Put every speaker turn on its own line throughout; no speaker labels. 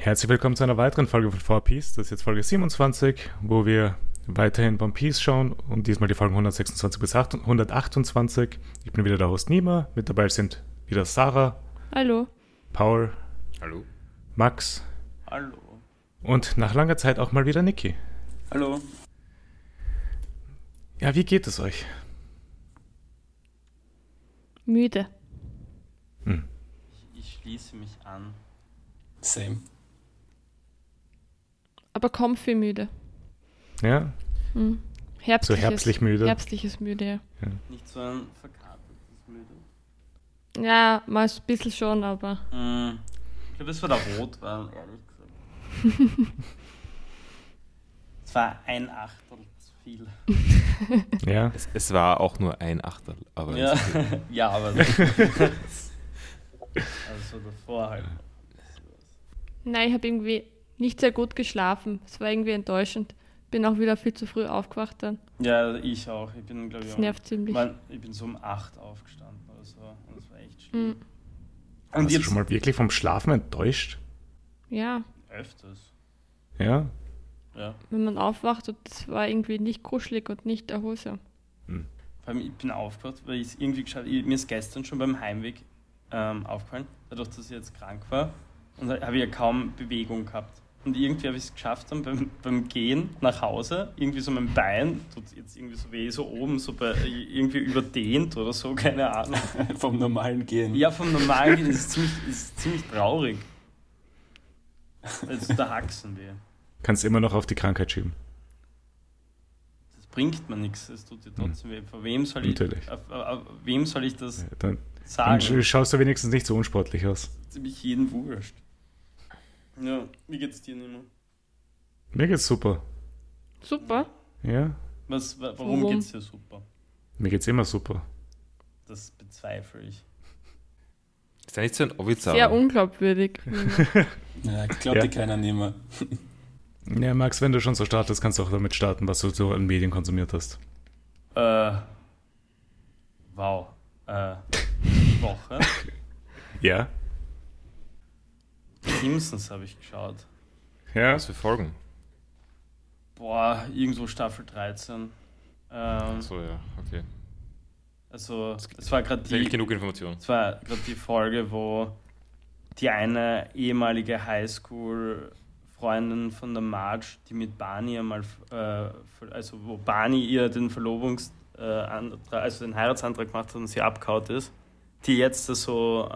Herzlich willkommen zu einer weiteren Folge von 4Piece. Das ist jetzt Folge 27, wo wir weiterhin One Piece schauen und diesmal die Folgen 126 bis 128. Ich bin wieder der Host Nima. Mit dabei sind wieder Sarah.
Hallo.
Paul.
Hallo.
Max.
Hallo.
Und nach langer Zeit auch mal wieder Niki.
Hallo.
Ja, wie geht es euch?
Müde.
Ich schließe mich an.
Same.
Aber comfy müde.
Ja?
Herbstliches,
So herbstlich müde.
Herbstliches müde, ja.
Nicht so ein verkatertes Müde.
Ja, mal ein bisschen schon, aber...
Ich glaube, es war der Rotwein, ehrlich gesagt. Es war ein Achtel zu viel.
Ja.
Es war auch nur ein Achtel, aber
Ja,
okay.
ja, aber... also davor halt.
Nein, ich habe irgendwie nicht sehr gut geschlafen. Es war irgendwie enttäuschend. Bin auch wieder viel zu früh aufgewacht dann.
Ja, ich auch. Ich bin, glaube ich,
Das nervt ziemlich.
ich bin so um 8 aufgestanden oder so. Und das war echt schlimm.
Mhm.
Und
Warst du schon mal wirklich vom Schlafen enttäuscht?
Ja,
öfters.
Ja?
Ja.
wenn man aufwacht und es war irgendwie nicht kuschelig und nicht erholsam.
Vor allem, ich bin aufgewacht, weil ich es irgendwie geschafft habe. Mir ist gestern schon beim Heimweg aufgefallen, dadurch, dass ich jetzt krank war. Und da habe ich ja kaum Bewegung gehabt. Und irgendwie habe ich es geschafft, dann beim Gehen nach Hause, irgendwie so mein Bein tut jetzt irgendwie so weh, so oben, so irgendwie überdehnt oder so, keine Ahnung.
Vom normalen Gehen.
Ja, vom normalen Gehen ist ziemlich traurig. Also der Haxen weh.
Kannst immer noch auf die Krankheit schieben.
Das bringt mir nichts, es tut dir trotzdem weh. Vor wem soll ich,
Natürlich.
auf wem soll ich das
Ja, dann
sagen?
schaust du wenigstens nicht so unsportlich aus.
Ziemlich jeden wurscht. Ja, wie geht's dir, Nimo?
Mir geht's super.
Super.
Ja?
Warum
Warum?
geht's dir super?
Mir geht's immer super.
Das bezweifle ich.
Ist ja nicht so ein Orbizar.
Sehr unglaubwürdig.
Ja, glaubt
Ja.
dir keiner nehmen.
Ja, Max, wenn du schon so startest, kannst du auch damit starten, was du so an Medien konsumiert hast.
Wow. Die Woche.
Ja?
Simpsons habe ich geschaut.
Ja?
Was für Folgen?
Boah, irgendwo Staffel 13.
So, ja, okay.
Also, es war gerade
Ist eigentlich genug Information.
die Folge, wo die eine ehemalige Highschool-Freundin von der Marge, die mit Barney einmal, also wo Barney ihr den also den Heiratsantrag gemacht hat und sie abgehauen ist, die jetzt so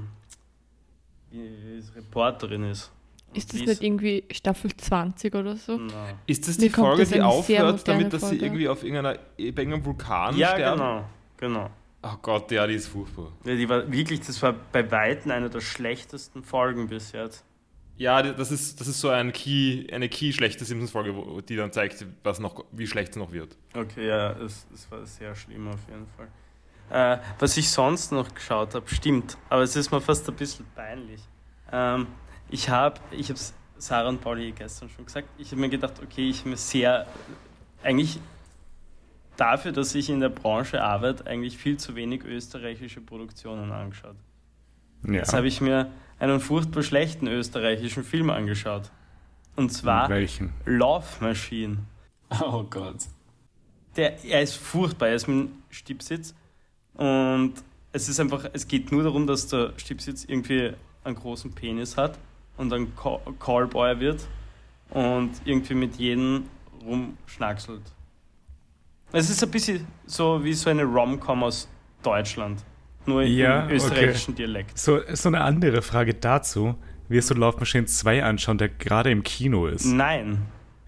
Reporterin ist.
Ist das nicht irgendwie Staffel 20 oder so?
Nein.
Ist das
Mir
die
kommt
Folge,
das
die
eine sehr
aufhört,
moderne
damit dass sie
Folge.
irgendwie auf irgendeinem Vulkan
Ja,
sterben?
genau.
Oh Gott, ja, die ist furchtbar.
Ja, das war bei Weitem eine der schlechtesten Folgen bis jetzt.
Ja, das ist so eine schlechte Simpsons-Folge, die dann zeigt, wie schlecht es noch wird.
Okay, ja, es war sehr schlimm auf jeden Fall. Was ich sonst noch geschaut habe, stimmt, aber es ist mir fast ein bisschen peinlich. Ich habe es Sarah und Pauli gestern schon gesagt, ich habe mir gedacht, okay, ich habe mir eigentlich dafür, dass ich in der Branche arbeite, eigentlich viel zu wenig österreichische Produktionen angeschaut.
Ja.
Jetzt habe ich mir einen furchtbar schlechten österreichischen Film angeschaut. Und zwar
Welchen?
Love Machine.
Oh Gott.
Er ist furchtbar, er ist mit dem Stiebsitz und es geht nur darum, dass der Stiebsitz irgendwie einen großen Penis hat und ein Callboy wird und irgendwie mit jedem rumschnackselt. Es ist ein bisschen so wie so eine Rom-Com aus Deutschland, nur
Ja,
im österreichischen Dialekt.
So eine andere Frage dazu. Wirst du Love Machine 2 anschauen, der gerade im Kino ist?
Nein.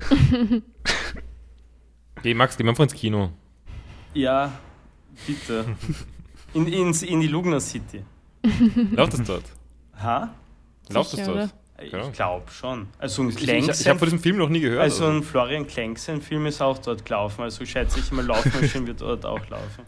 Geh, Max, geh mal ins Kino.
Ja, bitte. In die Lugner City.
Läuft das dort?
Ha?
Läuft das
Sicher,
dort?
Ich
Ja.
glaube schon. Also ein
Ich habe von diesem Film noch nie gehört.
Also ein Florian Klenk-Film ist auch dort gelaufen. Also schätze ich mal, Love Machine wird dort auch laufen.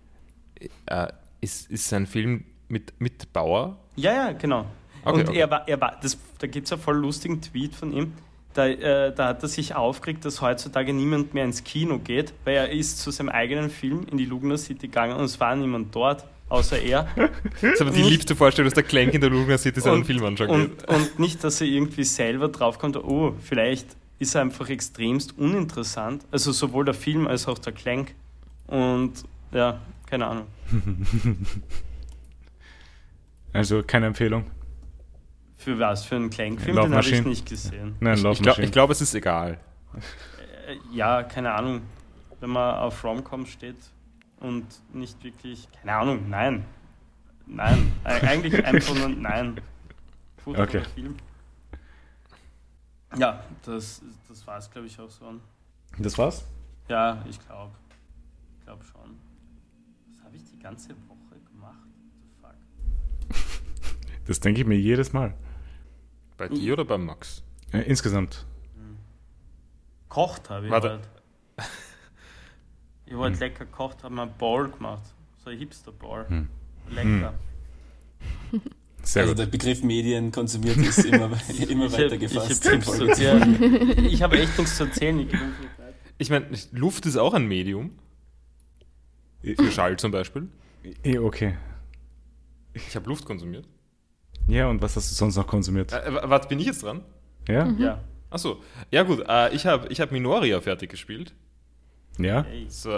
Ist sein Film mit Bauer?
Ja, genau.
Okay,
Und
okay.
da gibt es einen voll lustigen Tweet von ihm. Da hat er sich aufgeregt, dass heutzutage niemand mehr ins Kino geht, weil er ist zu seinem eigenen Film in die Lugner City gegangen und es war niemand dort. außer er.
Das ist aber die liebste Vorstellung, dass der Clank in der Lufthansa City seinen Film anschauen geht.
Und nicht, dass er irgendwie selber draufkommt, oh, vielleicht ist er einfach extremst uninteressant. Also sowohl der Film als auch der Clank. Und ja, keine Ahnung.
Also keine Empfehlung.
Für was? Für einen Clank-Film?
Love
Den habe ich
Machine.
nicht gesehen.
Nein, Love Machine.
Ich glaube, es ist egal.
Ja, keine Ahnung. Wenn man auf Rom-Com steht und nicht wirklich... Keine Ahnung, nein. Nein. Eigentlich einfach nur nein.
Okay.
Film. Ja, das war es, glaube ich, auch so.
Das war's?
Ja, ich glaube. Ich glaube schon. Was habe ich die ganze Woche gemacht? What the fuck?
Das denke ich mir jedes Mal.
Bei dir oder beim Max?
Insgesamt.
Kocht habe ich
Warte.
halt. Ich wollte lecker gekocht, habe mir einen Ball gemacht. So ein Hipster-Ball. Lecker.
Sehr
Also
gut.
der Begriff Medien konsumiert ist immer weiter gefasst.
Ich habe echt nichts zu erzählen. Ich gebe viel Zeit.
Ich meine, Luft ist auch ein Medium. Für Schall zum Beispiel.
Okay.
Ich habe Luft konsumiert.
Ja, und was hast du sonst noch konsumiert?
Was bin ich jetzt dran?
Ja?
Ja.
Achso. Ja gut, ich hab Minoria fertig gespielt.
Ja?
Hey.
So,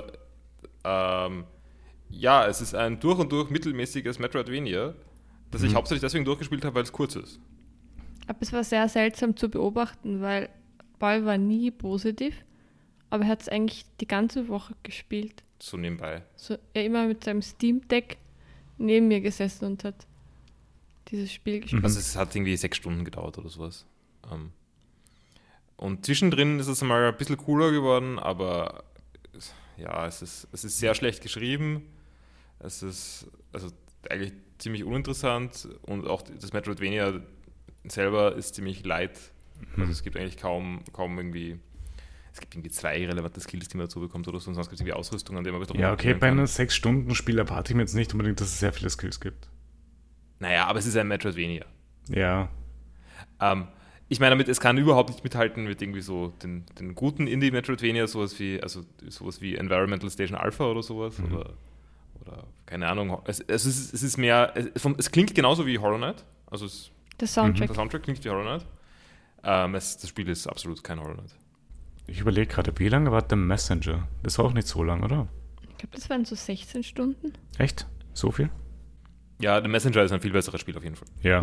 ja, es ist ein durch und durch mittelmäßiges Metroidvania, das ich hauptsächlich deswegen durchgespielt habe, weil es kurz ist.
Aber es war sehr seltsam zu beobachten, weil Paul war nie positiv, aber er hat es eigentlich die ganze Woche gespielt.
So nebenbei.
So, er immer mit seinem Steam Deck neben mir gesessen und hat dieses Spiel gespielt.
Also es hat irgendwie 6 Stunden gedauert oder sowas. Und zwischendrin ist es mal ein bisschen cooler geworden, aber ja, es ist sehr schlecht geschrieben. Es ist also eigentlich ziemlich uninteressant und auch das Metroidvania selber ist ziemlich light. Also es gibt eigentlich kaum irgendwie. Es gibt irgendwie 2 relevante Skills, die man dazu bekommt oder so, und sonst gibt es irgendwie Ausrüstung, an der man ein bisschen
Ja, okay,
rumprobieren
bei
kann.
einem 6-Stunden-Spiel erwarte ich mir jetzt nicht unbedingt, dass es sehr viele Skills gibt.
Naja, aber es ist ein Metroidvania.
Ja.
Ich meine damit, es kann überhaupt nicht mithalten mit irgendwie so den guten Indie-Metroidvania, sowas wie Environmental Station Alpha oder sowas. Oder keine Ahnung. Es ist mehr, es klingt genauso wie Hollow Knight. Also
Der Soundtrack.
der Soundtrack klingt wie Hollow Knight. Das Spiel ist absolut kein Hollow Knight.
Ich überlege gerade, wie lange war der Messenger? Das war auch nicht so lang, oder?
Ich glaube, das waren so 16 Stunden.
Echt? So viel?
Ja, The Messenger ist ein viel besseres Spiel auf jeden Fall.
Ja.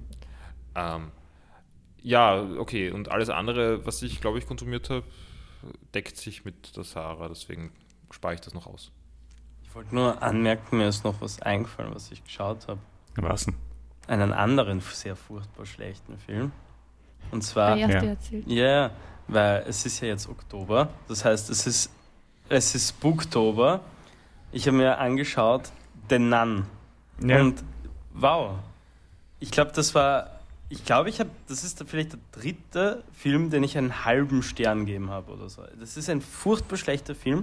Ja, okay. Und alles andere, was ich, glaube ich, konsumiert habe, deckt sich mit der Sarah. Deswegen spare ich das noch aus.
Ich wollte nur anmerken, mir ist noch was eingefallen, was ich geschaut habe.
Was denn?
Einen anderen sehr furchtbar schlechten Film. Und zwar...
Der erste
ja.
erzählt.
Ja, weil es ist ja jetzt Oktober. Das heißt, es ist Spooktober. Ich habe mir angeschaut The Nun.
Ja.
Und wow. Ich glaube, das ist vielleicht der 3. Film, den ich einen halben Stern gegeben habe oder so. Das ist ein furchtbar schlechter Film.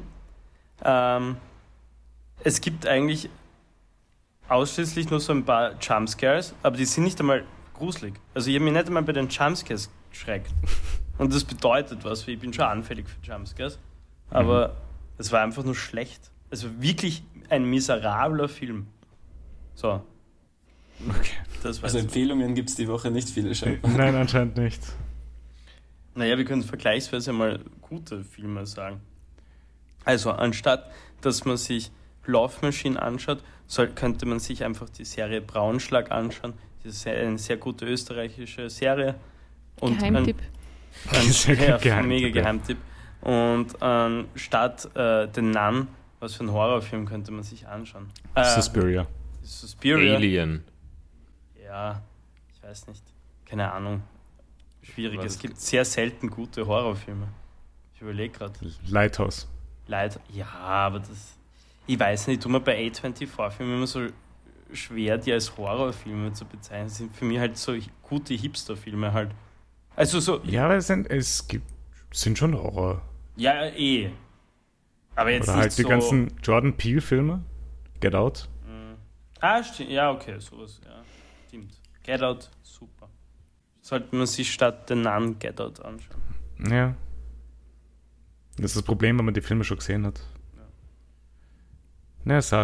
Es gibt eigentlich ausschließlich nur so ein paar Jumpscares, aber die sind nicht einmal gruselig. Also ich habe mich nicht einmal bei den Jumpscares geschreckt. Und das bedeutet was, weil ich bin schon anfällig für Jumpscares. Aber es war einfach nur schlecht. Also wirklich ein miserabler Film. So.
Okay.
Das war's.
Also Empfehlungen gibt es die Woche nicht viele scheinbar.
Nein, anscheinend nicht.
Naja, wir können vergleichsweise mal gute Filme sagen. Also, anstatt dass man sich Love Machine anschaut, könnte man sich einfach die Serie Braunschlag anschauen. Das ist eine sehr gute österreichische Serie. Und
Geheimtipp.
Mega Geheimtipp. Und anstatt The Nun, was für ein Horrorfilm könnte man sich anschauen?
Suspiria.
Suspiria.
Alien.
Ja, ich weiß nicht. Keine Ahnung. Schwierig.
Was?
Es gibt sehr selten gute Horrorfilme. Ich überlege gerade.
Lighthouse.
Leider. Ja, aber das... Ich weiß nicht, tut mir bei A24-Filmen immer so schwer, die als Horrorfilme zu bezeichnen. Das sind für mich halt so gute Hipster-Filme halt. Also so...
Ja, aber sind schon Horror.
Ja, Aber jetzt
Oder
nicht
halt
so...
die ganzen Jordan Peele-Filme. Get Out.
Stimmt. Ja, okay, sowas. Ja, stimmt. Get Out, super. Sollte man sich statt The Nun Get Out anschauen.
Ja. Das ist das Problem, wenn man die Filme schon gesehen hat.
Ja.
Na, Sarah,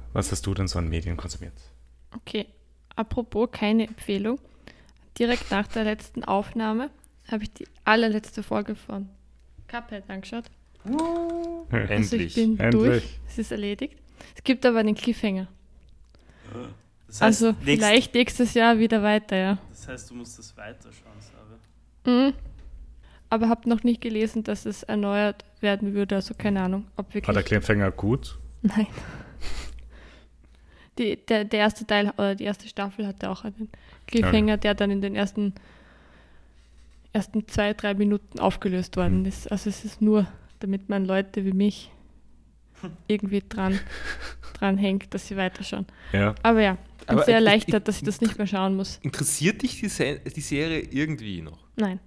was hast du denn so an Medien konsumiert?
Okay, apropos keine Empfehlung. Direkt nach der letzten Aufnahme habe ich die allerletzte Folge von Cuphead angeschaut. Also ich
Endlich.
bin
Endlich.
durch, es ist erledigt. Es gibt aber einen Cliffhanger.
Das heißt,
Also vielleicht nächstes Jahr wieder weiter, ja.
Das heißt, du musst das weiterschauen, Sabe.
Aber habe noch nicht gelesen, dass es erneuert werden würde, also keine Ahnung, ob
War der
wirklich...
Cliffhanger gut?
Nein. Der erste Teil oder die erste Staffel hatte auch einen Cliffhanger, der dann in den ersten 2-3 Minuten aufgelöst worden ist. Also es ist nur, damit man Leute wie mich irgendwie dran hängt, dass sie weiterschauen.
Ja.
Aber ja, bin
Aber
sehr
ich-
erleichtert, dass ich das nicht mehr schauen muss.
Interessiert dich die Serie irgendwie noch?
Nein.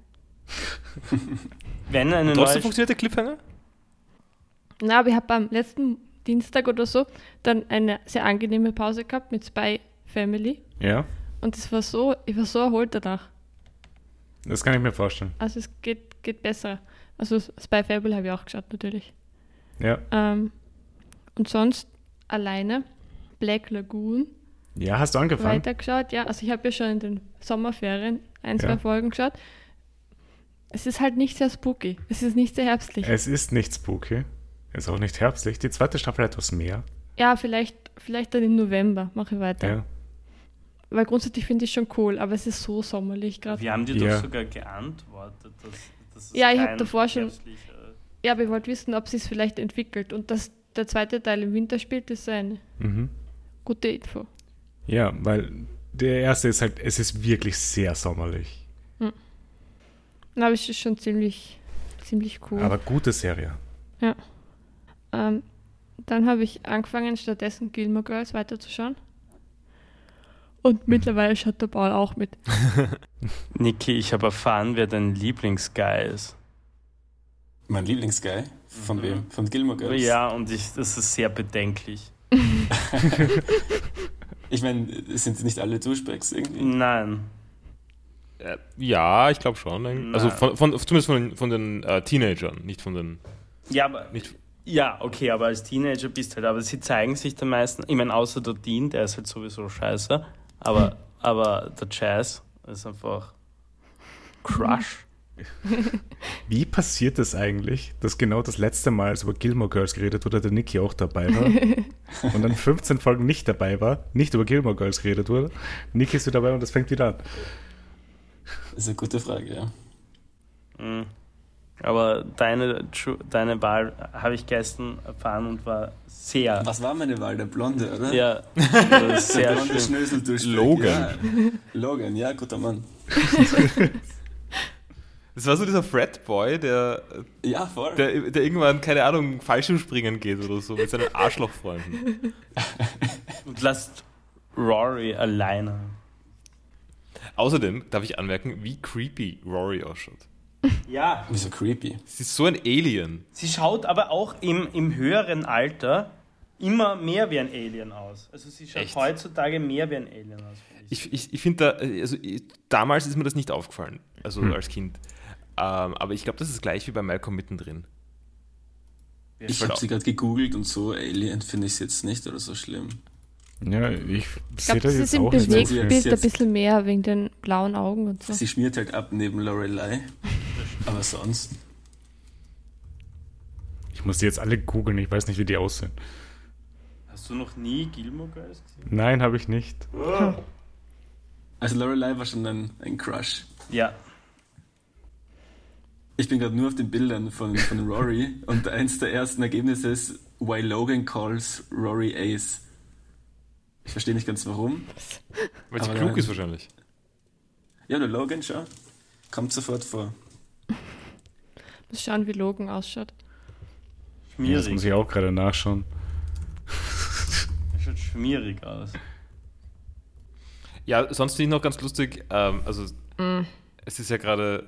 Wenn eine
Trotzdem
neue...
funktioniert der Cliffhanger?
Na, aber ich habe am letzten Dienstag oder so dann eine sehr angenehme Pause gehabt mit Spy Family.
Ja,
Und ich war so erholt danach.
das kann ich mir vorstellen.
Also es geht besser. Also Spy Family habe ich auch geschaut, natürlich.
Ja.
Und sonst alleine Black Lagoon
Ja, hast du angefangen?
weitergeschaut. Ja, also ich habe ja schon in den Sommerferien 1-2
Ja.
Folgen geschaut. Es ist halt nicht sehr spooky. Es ist nicht sehr herbstlich.
Es ist nicht spooky. Es ist auch nicht herbstlich. Die zweite Staffel etwas mehr.
Ja, vielleicht dann im November mache ich weiter.
Ja.
Weil grundsätzlich finde ich schon cool, aber es ist so sommerlich gerade.
Wir haben dir
Ja.
doch sogar geantwortet, dass es
Ja, ich hab
kein
davor schon-
herbstlicher-
Ja, aber ich wollte wissen, ob sie es vielleicht entwickelt. Und dass der zweite Teil im Winter spielt, ist eine
Mhm.
gute Info.
Ja, weil der erste ist halt, es ist wirklich sehr sommerlich.
Na, aber es ist schon ziemlich cool.
Aber gute Serie.
Dann habe ich angefangen, stattdessen Gilmore Girls weiterzuschauen. Und mittlerweile schaut der Paul auch mit.
Niki, ich habe erfahren, wer dein Lieblingsguy ist.
Mein Lieblingsguy? Von wem? Von Gilmore Girls?
Ja, und das ist sehr bedenklich.
Ich meine, sind nicht alle Duschbacks irgendwie?
Nein.
Ja, ich glaube schon.
Na.
Also zumindest von den Teenagern, nicht von den...
Ja, aber
Nicht,
ja, okay, aber als Teenager bist halt, aber sie zeigen sich den meisten, ich meine, außer der Dean, der ist halt sowieso scheiße, aber der Jazz ist einfach Crush.
Wie passiert es eigentlich, dass genau das letzte Mal, als über Gilmore Girls geredet wurde, der Niki auch dabei war und dann 15 Folgen nicht dabei war, nicht über Gilmore Girls geredet wurde. Niki ist wieder dabei und das fängt wieder an.
Das ist eine gute Frage, ja.
Mhm. Aber deine Wahl habe ich gestern erfahren und war sehr,
Was war meine Wahl? Der Blonde, oder?
ja,
Der
sehr
blonde
schön.
Schnösel-Duschback.
Logan.
Ja. Logan, ja, guter Mann.
das war so dieser Frat-Boy, der
Ja, voll.
irgendwann, keine Ahnung, Fallschirmspringen geht oder so, mit seinen Arschlochfreunden.
Und lasst Rory alleine.
Außerdem darf ich anmerken, wie creepy Rory ausschaut.
Ja,
Wieso creepy?
Sie ist so ein Alien.
sie schaut aber auch im höheren Alter immer mehr wie ein Alien aus. Also sie schaut
Echt?
heutzutage mehr wie ein Alien aus. finde ich.
Ich finde damals ist mir das nicht aufgefallen, also als Kind. Aber ich glaube, das ist gleich wie bei Malcolm mittendrin.
Ich habe sie gerade gegoogelt und so, Alien finde ich es jetzt nicht oder so schlimm.
Ja, ich
Ich
sehe
glaube,
das
das
jetzt
ist im
auch nicht.
bewegt-
so
Bewegtbild
viel.
jetzt-
ein bisschen mehr wegen den blauen Augen und so.
Sie schmiert halt ab neben Lorelei. Aber sonst.
Ich muss die jetzt alle googeln, ich weiß nicht, wie die aussehen.
Hast du noch nie Gilmore Girls gesehen?
Nein, habe ich nicht.
Also Lorelei war schon ein Crush.
Ja.
Ich bin gerade nur auf den Bildern von Rory und eins der ersten Ergebnisse ist Why Logan calls Rory Ace. Ich verstehe nicht ganz warum.
Weil sie
Aber
klug
nein.
ist wahrscheinlich.
Ja, der Logan, schau. Kommt sofort vor.
Muss schauen, wie Logan ausschaut.
Ja, das muss
Schmierig.
ich auch gerade nachschauen.
Er schaut schmierig aus.
Ja, sonst finde ich noch ganz lustig, also es ist ja gerade,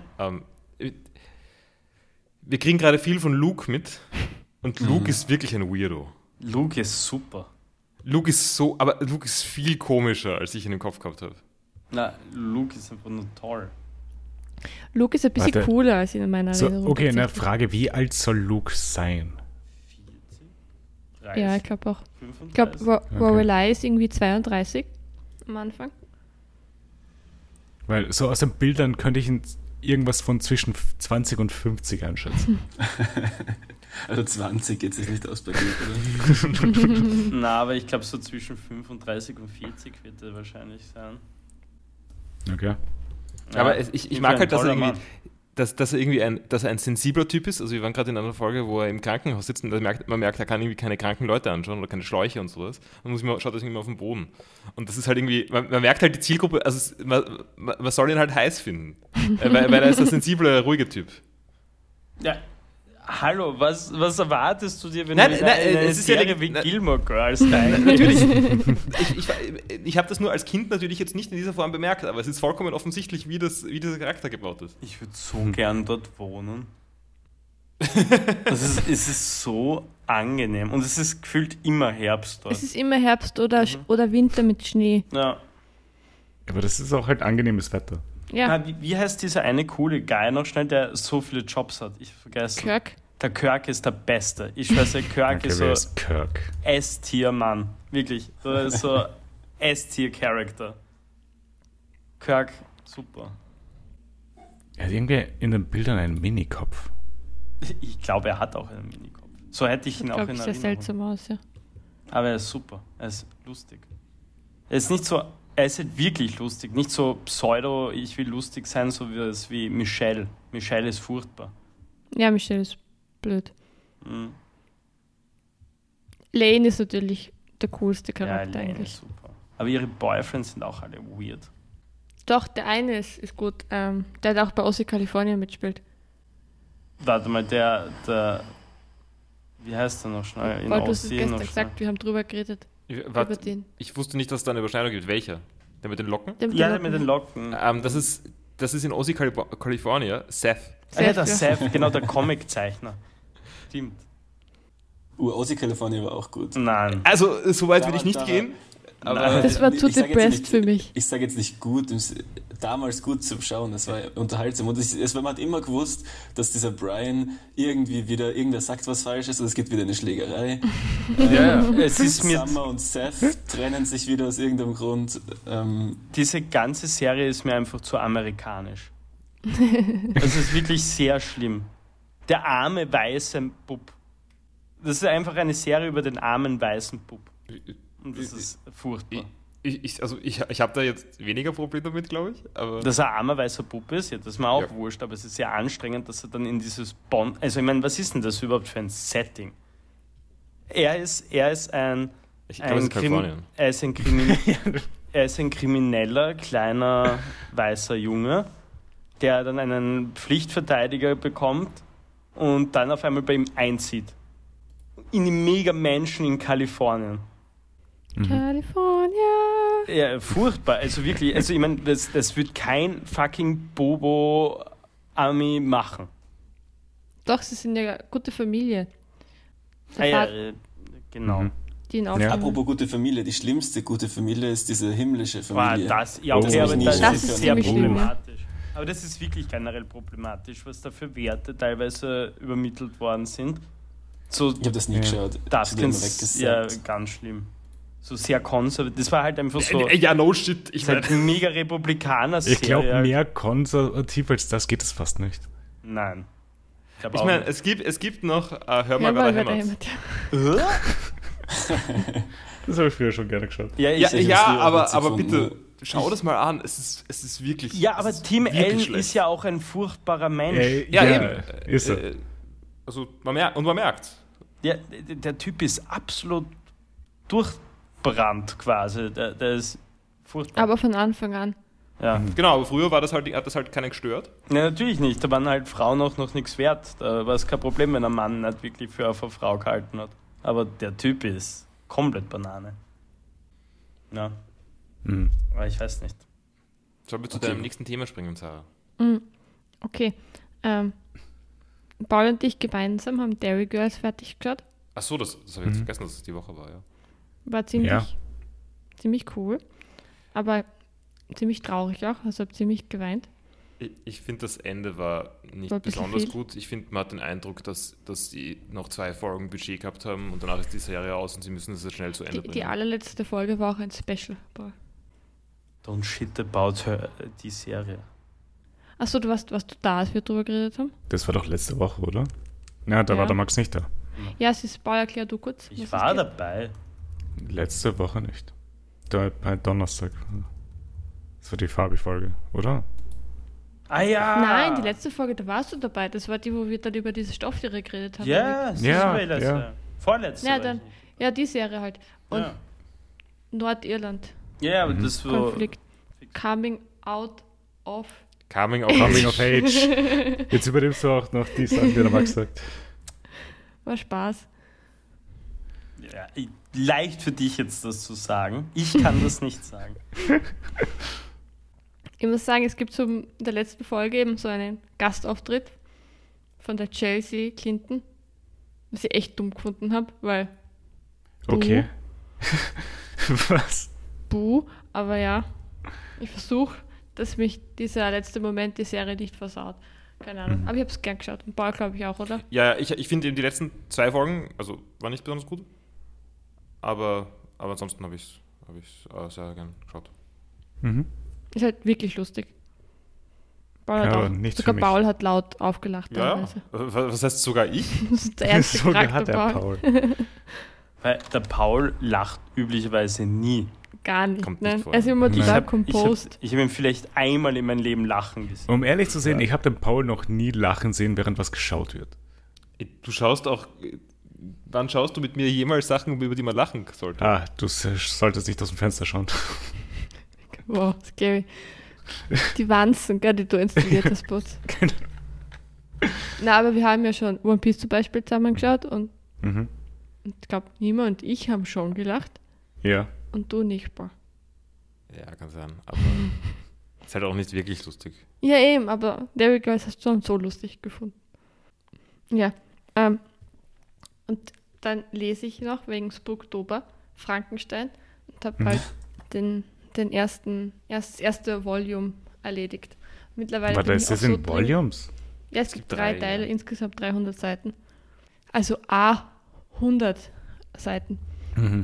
wir kriegen gerade viel von Luke mit und Luke ist wirklich ein Weirdo.
Luke ist super.
Luke ist viel komischer, als ich ihn im Kopf gehabt habe.
Na, Luke ist einfach nur toll.
Luke ist ein bisschen
Warte.
cooler als in meiner
So,
Erinnerung.
okay, eine
tatsächlich.
Frage, wie alt soll Luke sein?
30,
Ja, ich glaube auch.
35.
Ich glaube, Lorelei ist irgendwie 32 am Anfang.
Weil so aus den Bildern könnte ich irgendwas von zwischen 20 und 50 einschätzen.
Also 20 geht sich nicht aus bei dir, oder?
Na, aber ich glaube, so zwischen 35 und 40 wird er wahrscheinlich sein.
Okay.
Ja,
Aber ich mag halt, dass er irgendwie ein sensibler Typ ist. Also wir waren gerade in einer Folge, wo er im Krankenhaus sitzt und man merkt, er kann irgendwie keine kranken Leute anschauen oder keine Schläuche und sowas. Schaut das irgendwie auf den Boden. Und das ist halt irgendwie, man merkt halt die Zielgruppe, also man soll ihn halt heiß finden. weil er ist ein sensibler, ruhiger Typ.
Ja, hallo, was erwartest du dir, wenn
Nein,
du
nein,
eine
es ist ja
Serie wie Gilmore Girls denkst?
Natürlich. Ich habe das nur als Kind natürlich jetzt nicht in dieser Form bemerkt, aber es ist vollkommen offensichtlich, wie dieser Charakter gebaut ist.
Ich würde so gern dort wohnen. Es ist so angenehm und es ist gefühlt immer Herbst dort.
Es ist immer Herbst oder Winter mit Schnee.
Ja.
Aber das ist auch halt angenehmes Wetter.
Ja,
Ah, wie heißt dieser eine coole Guy noch schnell, der so viele Jobs hat? Ich vergesse.
Kirk.
Der Kirk ist der Beste. Ich schwöre, Kirk
Okay,
ist
wer
so
ist Kirk?
S-Tier-Mann. Wirklich. Das ist so S-Tier-Charakter. Kirk, super.
Er hat irgendwie in den Bildern einen Minikopf.
Ich glaube, er hat auch einen Minikopf. So hätte ich ihn auch
Glaube
in
ich, sehr
Erinnerung.
seltsam aus, ja.
Aber er ist super. Er ist lustig. Er ist nicht so, er ist halt wirklich lustig. Nicht so pseudo, ich will lustig sein, so wie Michelle. Michelle ist furchtbar.
Ja, Michelle ist blöd.
Mhm.
Lane ist natürlich der coolste
Ja,
Charakter
Lane
eigentlich.
ist super. Aber ihre Boyfriends sind auch alle weird.
Doch, der eine ist gut. Der hat auch bei Aussie California mitspielt.
Warte mal, der wie heißt er noch schnell?
Weil du hast es
Aussie
gestern
noch schnell.
gesagt, wir haben drüber geredet. Über den.
Ich wusste nicht, dass es da eine Überschneidung gibt. Welcher? Der mit den Locken?
Der
Ja,
Locken.
mit den Locken.
Das ist in Aussie California, Seth.
Ja, der
Seth,
Seth, genau, der Comiczeichner. Stimmt.
Aussie California war auch gut.
Nein.
Also, so weit würde ich nicht
Da-
gehen. Aber
Nein.
Das war zu
Ich sag jetzt
depressed
nicht-
für mich.
Ich sage jetzt nicht gut, damals gut zum Schauen, das war unterhaltsam. Und man hat immer gewusst, dass dieser Brian irgendwer sagt was Falsches und es gibt wieder eine Schlägerei.
Es ist mir,
Summer und Seth trennen sich wieder aus irgendeinem Grund.
diese ganze Serie ist mir einfach zu amerikanisch. Das ist wirklich sehr schlimm. Der arme weiße Bub. Das ist einfach eine Serie über den armen weißen Bub. Und das ist furchtbar.
ich habe da jetzt weniger Probleme damit, glaube ich. Aber
Dass er ein armer weißer Bub ist, ja, das ist mir auch
Ja.
wurscht, aber es ist sehr anstrengend, dass er dann in dieses Bond. Also, ich meine, was ist denn das überhaupt für ein Setting? Er ist ein.
ich glaube, es ist Kalifornien.
Er ist ein krimineller, kleiner, weißer Junge, der dann einen Pflichtverteidiger bekommt und dann auf einmal bei ihm einzieht. In die Mega-Menschen in Kalifornien.
California.
Ja, furchtbar. Also wirklich, also ich meine, das wird kein fucking Bobo-Ami machen.
Doch, sie sind ja eine gute Familie.
Ah,
Der
ja,
Vater,
genau.
Mhm.
die ihn
Ja.
aufnehmen.
Apropos gute Familie, die schlimmste gute Familie ist diese himmlische
Boah,
Familie.
ja,
Oh,
okay, aber
das
das
ist
ist sehr
ziemlich schlimm, ja.
problematisch. Aber das ist wirklich generell problematisch, was da für Werte teilweise übermittelt worden sind. So,
Ich habe das nie
Ja.
geschaut.
das
Ich hab immer
kannst ja
weggesagt.
ganz schlimm. So sehr konservativ. Das war halt einfach so.
Ja, no shit. Ich
Seit
meine,
mega Republikaner-Serie.
Ich glaube, mehr konservativ als das geht es fast nicht.
Nein.
ich mein, es gibt noch Hör mal,
Ja,
wer da
wer
hämmert.
Das habe ich früher schon gerne geschaut.
Ja,
Ja,
ich,
hab's früher
aber
witzig
bitte,
gefunden.
schau das mal an. Es ist wirklich.
ja,
es
aber
ist
Tim
wirklich
Allen
schlecht.
ist ja auch ein furchtbarer Mensch.
Ja,
ja,
eben.
Ist er.
Also, man merkt.
Der Typ ist absolut durchbrannt quasi. Der ist furchtbar.
Aber von Anfang an.
Ja.
Genau, aber früher hat das halt keinen gestört.
Ja, natürlich nicht. Da waren halt Frauen auch noch nichts wert. Da war es kein Problem, wenn ein Mann nicht wirklich für eine Frau gehalten hat. Aber der Typ ist komplett Banane. Ja,
Mhm.
aber ich weiß nicht.
Sollen wir zu
Okay.
deinem nächsten Thema springen, Sarah?
Okay. Paul und ich gemeinsam haben Derry Girls fertig geschaut.
Achso, das habe ich jetzt vergessen, dass es die Woche war, ja.
War ziemlich,
Ja.
ziemlich cool. Aber ziemlich traurig auch. Also habe ziemlich geweint.
Ich finde, das Ende war nicht
War ein bisschen
besonders
viel.
gut. Ich finde, man hat den Eindruck, dass sie noch 2 Folgen Budget gehabt haben und danach ist die Serie aus und sie müssen das jetzt schnell zu Ende
Die
bringen.
allerletzte Folge war auch ein Special.
Don't shit about her, die Serie.
Achso, du warst du da, als wir drüber geredet haben?
Das war doch letzte Woche, oder? Ja, da
Ja.
war der Max nicht da.
Ja, es ist Paul, erklär du kurz.
Ich
was
war
es geht.
dabei.
Letzte Woche nicht. Da, bei Donnerstag. Das war die Fabi-Folge, oder?
Ah ja!
Nein, die letzte Folge, da warst du dabei. Das war die, wo wir dann über diese Stofftiere geredet haben.
Ja, das
Ja,
war die letzte.
ja.
Vorletzte.
Ja,
war
dann-
ich.
Ja, die Serie halt. Und
Ja.
Nordirland.
Ja, aber
Mhm.
das war.
Konflikt. Coming out of.
Coming of
Coming of Age. Jetzt übernimmst du auch noch die Sachen, die der Max sagt.
War Spaß.
Ja, leicht für dich jetzt das zu sagen. Ich kann das nicht sagen.
Ich muss sagen, es gibt so in der letzten Folge eben so einen Gastauftritt von der Chelsea Clinton, was ich echt dumm gefunden habe, weil
Okay. Was?
aber ja, ich versuche, dass mich dieser letzte Moment die Serie nicht versaut. Keine Ahnung, aber ich habe es gern geschaut. Und Paul, glaube ich, auch, oder?
Ja, ich finde eben die letzten 2 Folgen, also waren nicht besonders gut. Aber ansonsten habe ich es sehr gern geschaut.
Mhm.
Ist halt wirklich lustig. Paul hat
Ja,
auch,
nichts
sogar
für mich.
Paul hat laut aufgelacht.
Ja,
teilweise.
was heißt sogar ich?
Das ist der erste
Sogar
Charakter,
hat er
Paul.
Paul.
Weil der Paul lacht üblicherweise nie.
Gar nicht.
Kommt
Ne?
nicht vor.
Er ist immer
Nein.
total
Ich
composed.
habe ihn vielleicht einmal in meinem Leben lachen gesehen.
Um ehrlich zu sein,
Ja.
ich habe den Paul noch nie lachen sehen, während was geschaut wird.
Du schaust auch. Wann schaust du mit mir jemals Sachen, über die man lachen sollte?
Ah, du solltest nicht aus dem Fenster schauen.
Wow, scary. Die Wanzen, gell, die du installiert hast, Butz.
Genau.
Na, aber wir haben ja schon One Piece zum Beispiel zusammengeschaut und
Mhm.
ich glaube, Nima und ich haben schon gelacht
Ja.
und du nicht, Paul.
Ja, kann sein. Aber ist halt auch nicht wirklich lustig.
Ja, eben, aber Derry Girls hast du schon so lustig gefunden. Ja, und dann lese ich noch wegen Spooktober Frankenstein und habe halt das erste Volume erledigt. Mittlerweile
Warte,
bin
ist
ich
das
auch so
in
drin.
Volumes?
Ja, es gibt 3
3,
Teile,
ja.
insgesamt 300 Seiten. Also 100 Seiten.
Mhm.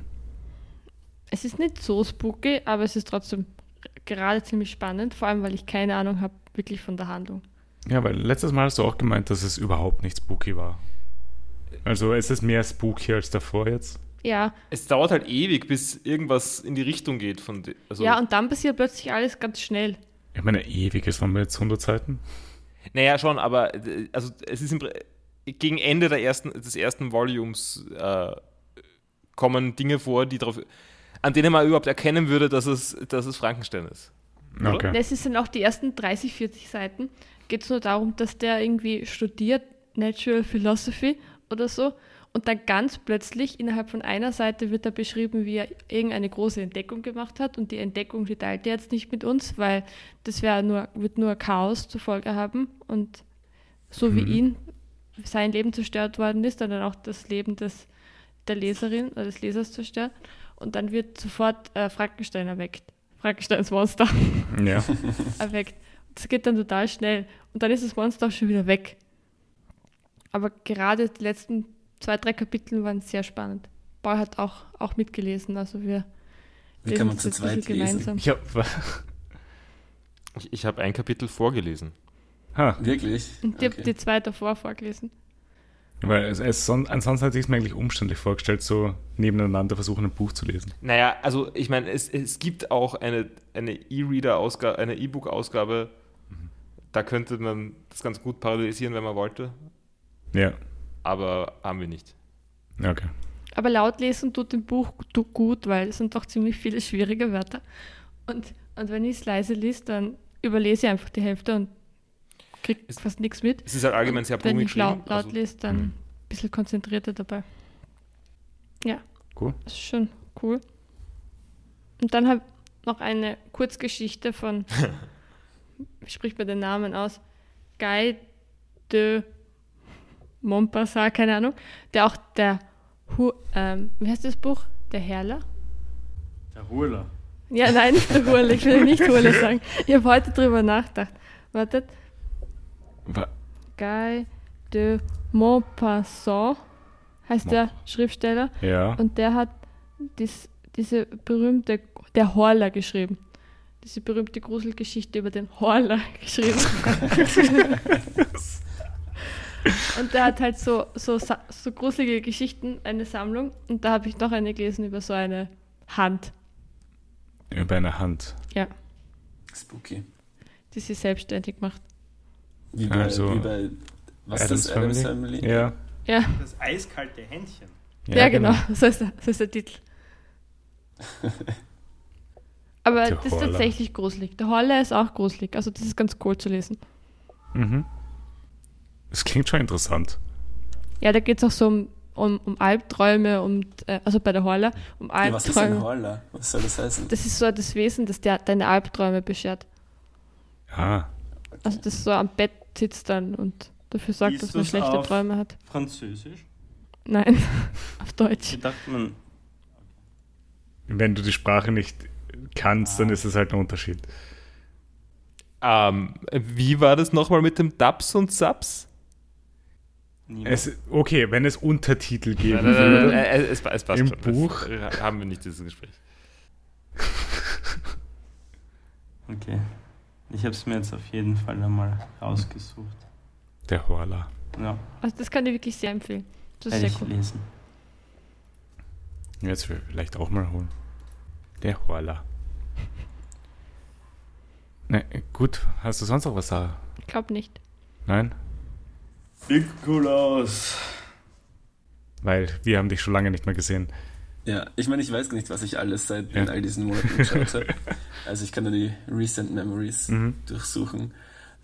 Es ist nicht so spooky, aber es ist trotzdem gerade ziemlich spannend, vor allem, weil ich keine Ahnung habe, wirklich von der Handlung.
Ja, weil letztes Mal hast du auch gemeint, dass es überhaupt nicht spooky war. Also es ist mehr spooky als davor jetzt.
Ja,
Es dauert halt ewig, bis irgendwas in die Richtung geht. Also,
ja, und dann passiert plötzlich alles ganz schnell.
Ich meine, ewig, es waren jetzt 100 Seiten.
Naja, schon, aber also es ist gegen Ende des ersten Volumes kommen Dinge vor, an denen man überhaupt erkennen würde, dass es Frankenstein ist. Oder?
Okay.
Es ist dann auch die ersten 30, 40 Seiten, geht es nur darum, dass der irgendwie studiert Natural Philosophy oder so und dann ganz plötzlich innerhalb von einer Seite wird er beschrieben, wie er irgendeine große Entdeckung gemacht hat und die Entdeckung, die teilt er jetzt nicht mit uns, weil das wird nur Chaos zur Folge haben und so wie sein Leben zerstört worden ist, dann auch das Leben der Leserin oder des Lesers zerstört und dann wird sofort Frankenstein erweckt. Frankensteins Monster
Ja.
erweckt. Das geht dann total schnell. Und dann ist das Monster auch schon wieder weg. Aber gerade die letzten 2, 3 Kapitel waren sehr spannend. Paul hat auch mitgelesen, also wir
Wie kann man
das
zu
jetzt ein bisschen
zweit lesen?
Ich hab,
Ich habe ein Kapitel vorgelesen.
Wirklich?
Und ich habe die 2 davor vorgelesen.
Weil ansonsten hätte ich es mir eigentlich umständlich vorgestellt, so nebeneinander versuchen, ein Buch zu lesen.
Naja, also ich meine, es gibt auch eine E-Reader-Ausgabe, eine E-Book-Ausgabe, da könnte man das ganz gut parallelisieren, wenn man wollte,
Ja.
aber haben wir nicht.
Okay.
Aber laut lesen tut dem Buch gut, weil es sind doch ziemlich viele schwierige Wörter. Und wenn ich es leise liest, dann überlese ich einfach die Hälfte und kriege fast nichts mit.
Es ist halt allgemein sehr
Wenn
blumig
ich laut
geschrieben. Also,
lese, dann ein bisschen konzentrierter dabei. Ja,
Cool.
das ist schon cool. Und dann habe ich noch eine Kurzgeschichte von, wie spricht man den Namen aus? Guy de Montpassat, keine Ahnung, der auch wie heißt das Buch? Der Herrler?
Der Hurler.
Ja, nein, nicht der Hurle, ich will nicht Hurle sagen. Ich habe heute drüber nachgedacht. Wartet.
Wa-
Guy de Maupassant heißt der Schriftsteller.
Ja.
Und der hat diese berühmte, der Horler geschrieben. Diese berühmte Gruselgeschichte über den Horler geschrieben. Und der hat halt so gruselige Geschichten, eine Sammlung. Und da habe ich noch eine gelesen über so eine Hand.
Über eine Hand.
Ja,
Spooky.
die sie selbstständig macht.
Wie bei,
Also,
wie bei was ist das? Addams Family?
Ja.
Ja,
Das eiskalte Händchen.
ja, genau. So ist der Titel. Aber
Der
das ist
Horler.
tatsächlich gruselig. Der Horler ist auch gruselig. Also das ist ganz cool zu lesen.
Mhm. Das klingt schon interessant.
Ja, da geht es auch so um Albträume und also bei der Horler um
Ja, was ist ein
Albträume.
Horler? Was soll das heißen?
Das ist so das Wesen, das deine Albträume beschert.
Ah,
Also das so am Bett sitzt dann und dafür sorgt,
Liest
dass man
du's
schlechte
auf-
Träume hat.
Französisch?
Nein, auf Deutsch.
Ich dachte, man.
wenn du die Sprache nicht kannst, dann ist es halt ein Unterschied.
Wie war das nochmal mit dem Dubs und Subs?
Okay, wenn es Untertitel geben
Nein,
würde.
es passt
Im
schon.
Buch?
Das haben wir nicht dieses Gespräch.
Okay. Ich habe es mir jetzt auf jeden Fall einmal rausgesucht.
Der Horler.
Ja,
Also das kann ich wirklich sehr empfehlen. Das ist
werde
sehr
ich
cool.
lesen.
Jetzt vielleicht auch mal holen. Der Horler. Ne, gut, hast du sonst noch was da?
Ich glaube nicht.
Nein?
Sieht cool aus.
Weil wir haben dich schon lange nicht mehr gesehen.
Ja, ich meine, ich weiß gar nicht, was ich alles seit
Ja.
in all diesen Monaten geschaut habe. Also ich kann nur die Recent Memories
Mhm.
durchsuchen.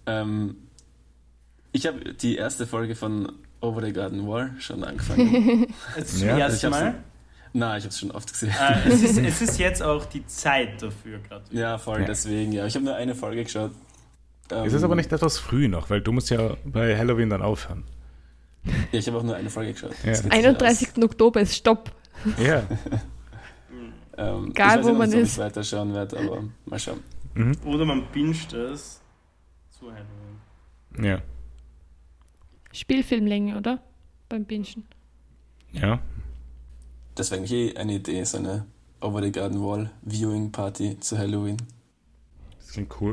Ich habe die erste Folge von Over the Garden Wall schon angefangen.
Jetzt
Ja,
zum
ich
ersten
hab's-
Mal.
Na, ich habe es schon oft gesehen.
Es ist jetzt auch die Zeit dafür gerade.
Ja, voll,
Ja.
deswegen, ja. Ich habe nur eine Folge geschaut.
Es ist aber nicht etwas früh noch, weil du musst ja bei Halloween dann aufhören.
Ja, ich habe auch nur eine Folge geschaut.
Ja.
Das geht
31. Oktober ist Stopp.
Ja.
sich aus.
Egal,
ich weiß
wo
nicht,
man
ob ich
ist.
weiterschauen werde, aber mal schauen.
Mhm.
Oder man binscht es zu Halloween.
Ja.
Spielfilmlänge, oder? Beim Bingen.
Ja.
Das wäre eigentlich eine Idee, so eine Over the Garden Wall Viewing Party zu Halloween.
Das klingt cool.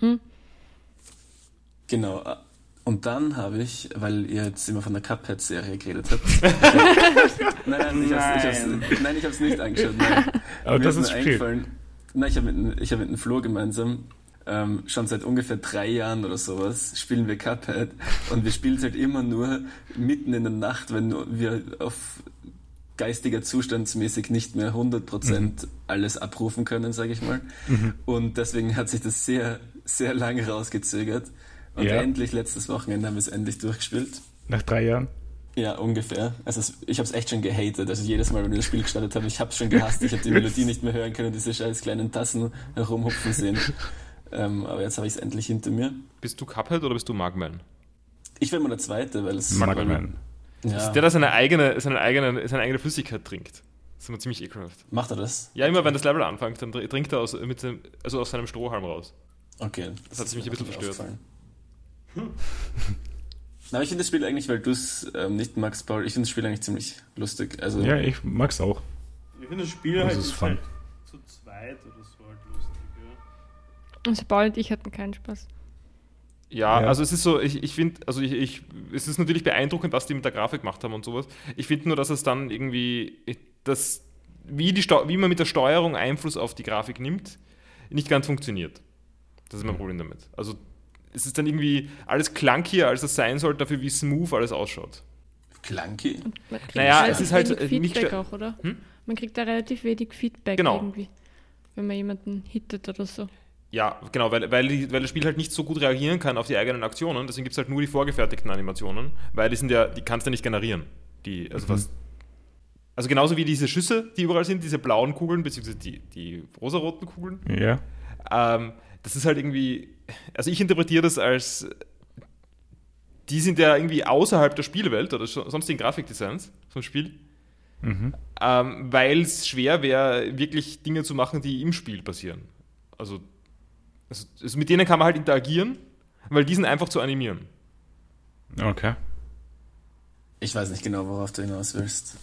Genau. Und dann habe ich, weil ihr jetzt immer von der Cuphead-Serie geredet habt. Nein, ich habe es nicht angeschaut. Nein.
Aber
Mir
das
nur
ist Spiel.
eingefallen. Nein, ich hab mit dem Flo gemeinsam schon seit ungefähr 3 Jahren oder sowas spielen wir Cuphead und wir spielen es halt immer nur mitten in der Nacht, wenn wir auf geistiger Zustandsmäßig nicht mehr 100% alles abrufen können, sage ich mal. Und deswegen hat sich das sehr, sehr lange rausgezögert. Und
Ja.
endlich, letztes Wochenende haben wir es endlich durchgespielt.
Nach 3 Jahren?
Ja, ungefähr. Also ich habe es echt schon gehatet. Also jedes Mal, wenn wir das Spiel gestartet haben, ich habe es schon gehasst. Ich habe die Melodie nicht mehr hören können, diese scheiß kleinen Tassen herumhupfen sehen. Aber jetzt habe ich es endlich hinter mir.
Bist du Cuphead oder bist du Magman?
Ich wäre mal der Zweite, weil es...
Magman.
Ja.
Der da seine eigene Flüssigkeit trinkt. Das ist immer ziemlich ekelhaft.
Macht er das?
Ja, immer wenn das Level anfängt, dann trinkt er aus seinem Strohhalm raus.
Okay.
Das hat mich ein bisschen
mir
verstört.
aufgefallen. Aber ich finde das Spiel eigentlich, weil du es nicht magst, Paul, ich finde das Spiel eigentlich ziemlich lustig. Also,
Ja, ich mag's auch.
Ich finde das Spiel
Das
halt,
ist fun.
halt zu zweit oder so halt lustig. Ja.
Also Paul und ich hatten keinen Spaß.
Ja,
Ja.
also es ist so, ich finde, also es ist natürlich beeindruckend, was die mit der Grafik gemacht haben und sowas. Ich finde nur, dass es dann irgendwie, wie man mit der Steuerung Einfluss auf die Grafik nimmt, nicht ganz funktioniert. Das ist mein Problem damit. Also es ist dann irgendwie alles clunkier, als es sein sollte, dafür wie smooth alles ausschaut.
Clunky?
Man kriegt
Naja,
relativ
es ist halt,
wenig
nicht
Feedback
sta-
auch, oder?
Hm?
Man kriegt da relativ wenig Feedback
Genau.
irgendwie, wenn man jemanden hittet oder so.
Ja, genau, weil das Spiel halt nicht so gut reagieren kann auf die eigenen Aktionen, deswegen gibt es halt nur die vorgefertigten Animationen, weil die kannst du nicht generieren. Also genauso wie diese Schüsse, die überall sind, diese blauen Kugeln, beziehungsweise die rosaroten Kugeln.
Ja.
Das ist halt irgendwie, also ich interpretiere das als, die sind ja irgendwie außerhalb der Spielwelt oder sonstigen Grafikdesigns vom Spiel, weil es schwer wäre, wirklich Dinge zu machen, die im Spiel passieren. Also mit denen kann man halt interagieren, weil die sind einfach zu animieren.
Okay.
Ich weiß nicht genau, worauf du hinaus willst.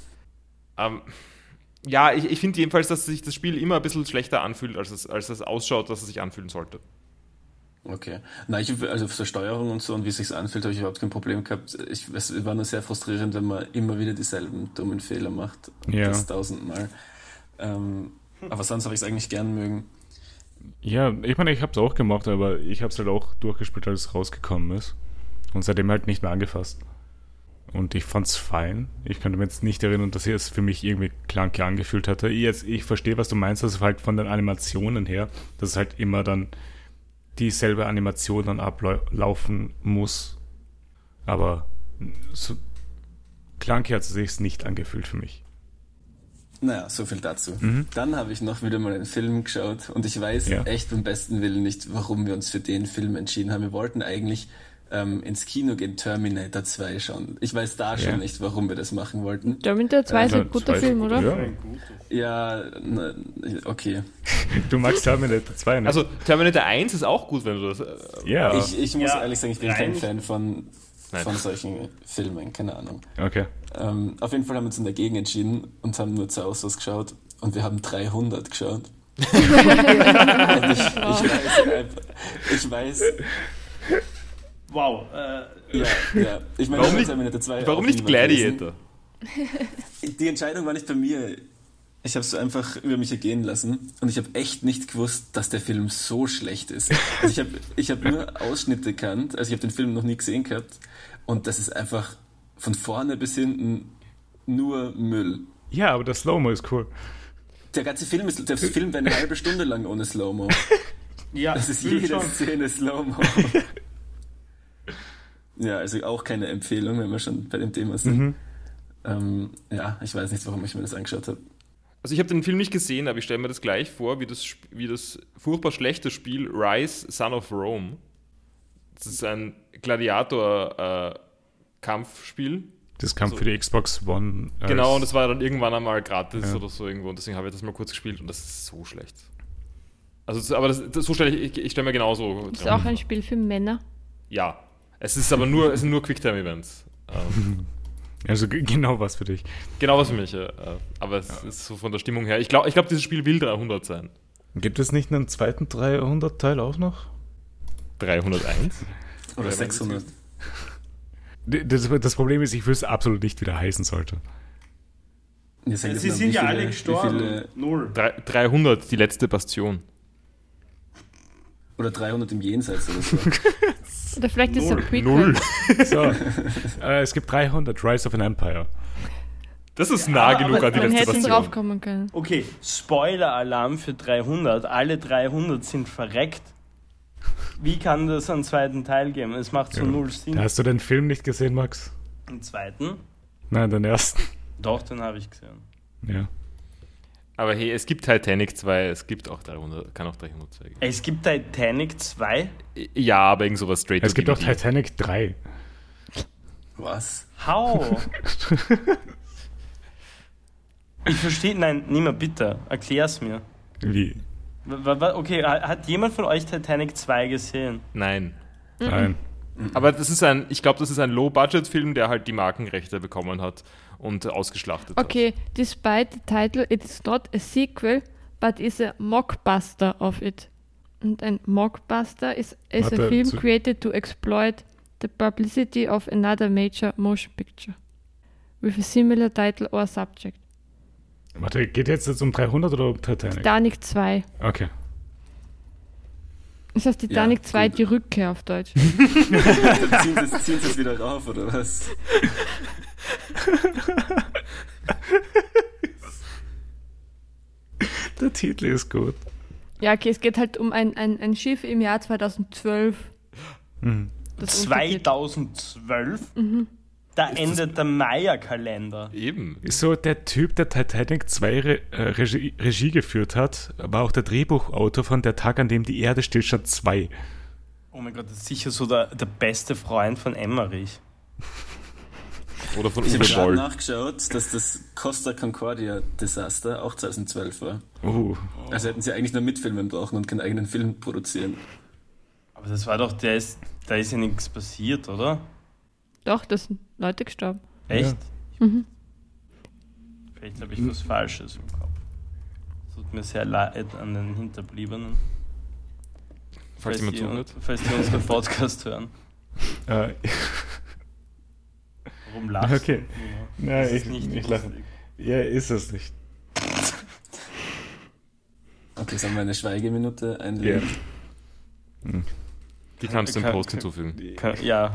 Ja, ich finde jedenfalls, dass sich das Spiel immer ein bisschen schlechter anfühlt, als es ausschaut, dass es sich anfühlen sollte.
Okay. Nein, also für Steuerung und so und wie es sich anfühlt, habe ich überhaupt kein Problem gehabt. Es war nur sehr frustrierend, wenn man immer wieder dieselben dummen Fehler macht.
Ja.
Das 1000-mal. Aber sonst habe ich es eigentlich gern mögen.
Ja, ich meine, ich habe es auch gemacht, aber ich habe es halt auch durchgespielt, als es rausgekommen ist. Und seitdem halt nicht mehr angefasst. Und ich fand's fein. Ich könnte mir jetzt nicht erinnern, dass es für mich irgendwie clunky angefühlt hatte. Ich verstehe, was du meinst, dass es halt von den Animationen her, dass es halt immer dann dieselbe Animation dann ablaufen muss. Aber so clunky hat es sich nicht angefühlt für mich.
Naja, so viel dazu.
Mhm.
Dann habe ich noch wieder mal einen Film geschaut und ich weiß echt beim besten Willen nicht, warum wir uns für den Film entschieden haben. Wir wollten eigentlich ins Kino gehen, Terminator 2 schauen. Ich weiß da schon nicht, warum wir das machen wollten.
Terminator 2 ist ein guter Film, oder?
Ja.
Ja, okay.
Du magst Terminator 2 nicht?
Also Terminator 1 ist auch gut, wenn du das...
ja.
Ich muss ehrlich sagen, ich bin kein Fan von solchen Filmen, keine Ahnung.
Okay.
Auf jeden Fall haben wir uns dagegen entschieden und haben nur zur Auswahl geschaut und wir haben 300 geschaut. Und ich weiß...
Wow.
Ja. Ich meine,
warum nicht Gladiator?
Die Entscheidung war nicht bei mir. Ich habe es einfach über mich ergehen lassen und ich habe echt nicht gewusst, dass der Film so schlecht ist. Also ich hab nur Ausschnitte gekannt, also ich habe den Film noch nie gesehen gehabt und das ist einfach von vorne bis hinten nur Müll.
Ja, aber der Slow-Mo ist cool.
Der Film wäre eine halbe Stunde lang ohne Slow-Mo.
Ja,
das ist jede Szene Slow-Mo. Ja, also auch keine Empfehlung, wenn wir schon bei dem Thema sind. Ich weiß nicht, warum ich mir das angeschaut habe.
Also ich habe den Film nicht gesehen, aber ich stelle mir das gleich vor, wie das furchtbar schlechte Spiel Rise, Son of Rome. Das ist ein Gladiator-Kampfspiel.
Das kam für die Xbox One.
Genau, und das war dann irgendwann einmal gratis oder so irgendwo. Und deswegen habe ich das mal kurz gespielt und das ist so schlecht. Also, aber so stelle ich stelle mir genauso.
Ist auch ein Spiel für Männer.
Ja. Es sind nur Quicktime-Events.
Also genau was für dich.
Genau was für mich, ja. Aber es ist so von der Stimmung her. Ich glaube, dieses Spiel will 300 sein.
Gibt es nicht einen zweiten 300-Teil auch noch?
301?
Oder 600.
Das Problem ist, ich wüsste absolut nicht, wie der heißen sollte.
Sie sind ja alle gestorben. 0.
300, die letzte Bastion.
Oder 300 im Jenseits oder so.
Oder vielleicht ist es ein Prequel.
0.
So, es gibt 300, Rise of an Empire.
Das ist nah genug an die
Man
letzte
hätte
Bastion.
drauf kommen können.
Okay, Spoiler-Alarm für 300. Alle 300 sind verreckt. Wie kann das einen zweiten Teil geben? Es macht so null Sinn.
Hast du den Film nicht gesehen, Max?
Den zweiten?
Nein, den ersten.
Doch, den habe ich gesehen.
Ja.
Aber hey, es gibt Titanic 2, es gibt auch 300, kann auch 302 geben.
Es gibt Titanic 2?
Ja, aber irgend sowas straight
Es gibt auch
DVD.
Titanic 3.
Was?
How? Ich verstehe, nein, niemand, bitte, erklär's mir.
Wie?
Okay, hat jemand von euch Titanic 2 gesehen?
Nein.
Nein.
Aber ich glaube, das ist ein Low-Budget-Film, der halt die Markenrechte bekommen hat und ausgeschlachtet
Okay, despite the title, it is not a sequel, but is a mockbuster of it. Und ein Mockbuster is a film created to exploit the publicity of another major motion picture with a similar title or subject.
Warte, geht jetzt um 300 oder um Titanic?
Titanic 2.
Okay.
Ist das Titanic 2 die Rückkehr auf Deutsch?
Ziehen Sie es wieder rauf, oder was?
Der Titel ist gut.
Ja, okay, es geht halt um ein Schiff im Jahr 2012.
Mhm.
Das untergeht.
2012? Da endet der Maya-Kalender.
Eben.
So, der Typ, der Titanic 2 Regie geführt hat, war auch der Drehbuchautor von Der Tag, an dem die Erde stillstand 2.
Oh mein Gott, das ist sicher so der beste Freund von Emmerich.
Oder von
Ich habe
Uwe
gerade
Boll.
nachgeschaut, dass das Costa Concordia Desaster auch 2012 war.
Oh.
Also hätten sie eigentlich nur mitfilmen brauchen und keinen eigenen Film produzieren.
Aber das war doch, da ist ja nichts passiert, oder?
Doch, da sind Leute gestorben.
Echt?
Mhm.
Vielleicht habe ich was Falsches im Kopf. Tut mir sehr leid an den Hinterbliebenen.
Falls jemand zuhört.
Falls die unseren Podcast hören. Warum lachst
Okay.
du?
Nein,
Das ist
ich
nicht
lache.
lustig.
Ja, ist es nicht.
Okay, sollen wir eine Schweigeminute einlegen?
Die kannst du im
Kann-
Post
kann-
hinzufügen.
Ja,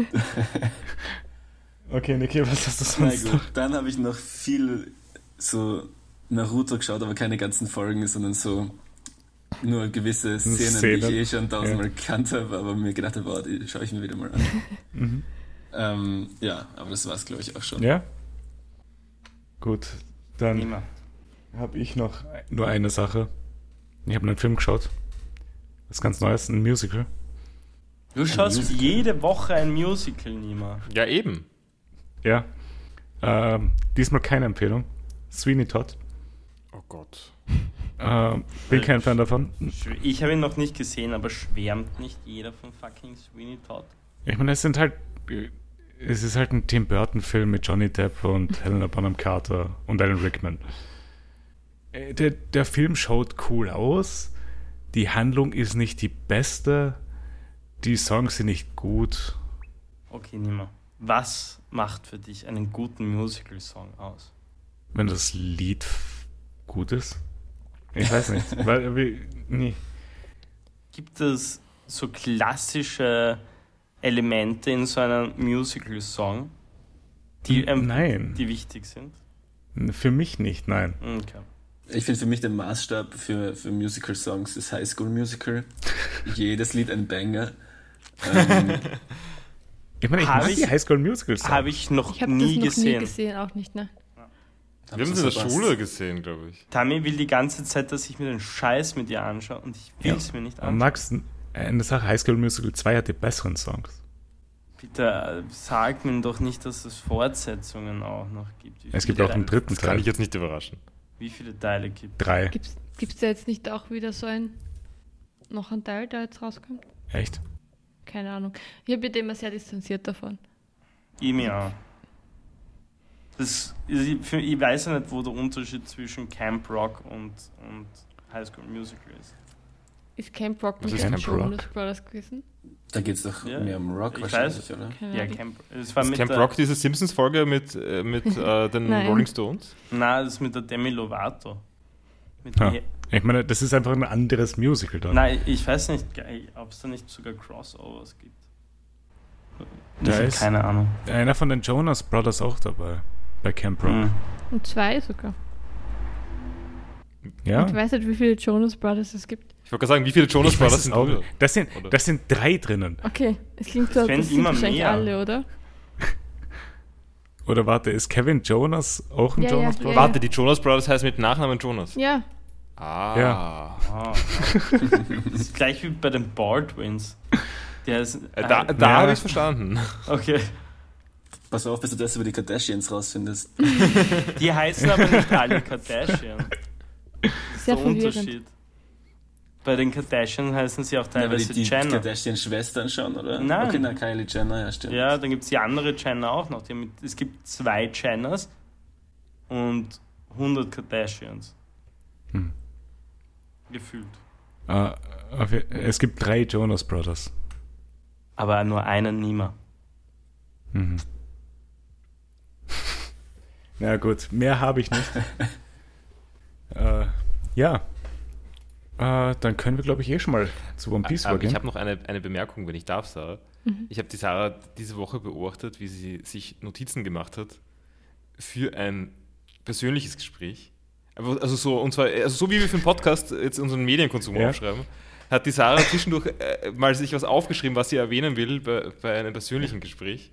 Okay, Niki, was hast du
Na
sonst
gut,
noch?
dann habe ich noch viel so Naruto geschaut, aber keine ganzen Folgen, sondern so nur gewisse Szenen, die ich schon tausendmal gekannt habe, aber mir gedacht habe, die schaue ich mir wieder mal an. Ja, aber das war es, glaube ich, auch schon.
Ja? Gut, dann
niemand.
habe ich noch nur eine Sache. Ich habe einen Film geschaut. Was ganz Neues, ein Musical.
Du schaust
Musical.
jede Woche ein Musical, Nima.
Ja, eben.
Ja. Diesmal keine Empfehlung. Sweeney Todd.
Oh Gott.
Bin kein Fan davon.
Ich habe ihn noch nicht gesehen, aber schwärmt nicht jeder von fucking Sweeney Todd?
Ich meine, es ist halt ein Tim Burton-Film mit Johnny Depp und Helena Bonham Carter und Alan Rickman. Der Film schaut cool aus. Die Handlung ist nicht die beste. Die Songs sind nicht gut.
Okay, Nima. Was macht für dich einen guten Musical-Song aus?
Wenn das Lied gut ist. Ich weiß nicht. Nee.
Gibt es so klassische Elemente in so einem Musical-Song, die
Nein.
die wichtig sind?
Für mich nicht, nein.
Okay.
Ich finde für mich der Maßstab für Musical-Songs ist High School Musical. Jedes Lied ein Banger.
Ich meine, ich
Hab
mag
ich-
die High School Musicals.
Habe ich noch
Ich habe das
nie
noch
gesehen.
nie gesehen, auch nicht, ne?
Wir haben es in der Schule gesehen, glaube ich.
Tammy will die ganze Zeit, dass ich mir den Scheiß mit ihr anschaue und ich will es mir nicht
Und
anschauen.
Max, eine Sache, High School Musical 2 hat die besseren Songs.
Bitte sag mir doch nicht, dass es Fortsetzungen auch noch gibt. Wie
Es gibt
viele
auch einen
Teile-
dritten
Das kann
Teil.
ich jetzt nicht überraschen.
Wie viele Teile gibt
3.
Gibt's da jetzt nicht auch wieder so noch ein Teil, der jetzt rauskommt?
Echt?
Keine Ahnung. Ich bin immer sehr distanziert davon.
Ich mir auch. Ich weiß ja nicht, wo der Unterschied zwischen Camp Rock und High School Musical ist.
Ist Camp Rock
Was
nicht
ist
ein
Camp Rock?
Jonas Brothers gewesen?
Da geht es doch
Ja,
mehr um Rock
ich
wahrscheinlich,
weiß.
oder?
Keine
Ja,
Ahnung.
es war
Ist
mit
Camp
der,
Rock diese Simpsons-Folge mit den
Nein.
Rolling Stones?
Nein, das ist mit der Demi Lovato. Mit
Ja.
der,
Ich meine, das ist einfach ein anderes Musical dann.
nein, ich weiß nicht, ob es da nicht sogar Crossovers gibt. Ich
Da
habe
ist-
keine Ahnung.
Einer von den Jonas Brothers auch dabei. Bei Camp Rock.
Hm.
Und 2 sogar.
Ja.
Und ich weiß nicht, wie viele Jonas Brothers es gibt.
Ich wollte gerade sagen, wie viele Jonas
Ich weiß
Brothers
es
sind
auch
Brüder?
nicht. Das sind 3 drinnen.
Okay, es klingt so,
Es werden
das sind
immer
wahrscheinlich
mehr.
alle, oder?
Oder warte, ist Kevin Jonas auch ein
Ja,
Jonas
ja,
Brother?
ja.
Warte, die Jonas Brothers heißen mit Nachnamen Jonas.
Ja,
Ah.
Ja.
Ah, das ist gleich wie bei den Baldwins. Der ist,
Da
Ja.
habe ich es verstanden.
okay.
Pass auf, bis du das über die Kardashians rausfindest.
Die heißen aber nicht alle Kardashian. Das ist
Sehr
der
verwirrend.
Unterschied. Bei den Kardashian heißen sie auch
Ja, aber
teilweise
die
Jenner.
Kardashian-Schwestern schon, oder?
Nein.
Okay, na, Kylie Jenner, ja, stimmt.
Ja, dann gibt es die andere Jenner auch noch. Es gibt 2 Jenners und 100 Kardashians.
Hm.
Gefühlt.
Es gibt 3 Jonas Brothers.
Aber nur einen Nima.
Mhm. Na gut, mehr habe ich nicht. Ja. Dann können wir, glaube ich, schon mal zu One Piece
Aber
vorgehen.
ich habe noch eine Bemerkung, wenn ich darf, Sarah. Ich habe die Sarah diese Woche beobachtet, wie sie sich Notizen gemacht hat für ein persönliches Gespräch. Also so, und zwar, also so wie wir für den Podcast jetzt unseren Medienkonsum
Ja.
aufschreiben, hat die Sarah zwischendurch mal sich was aufgeschrieben, was sie erwähnen will bei einem persönlichen Gespräch.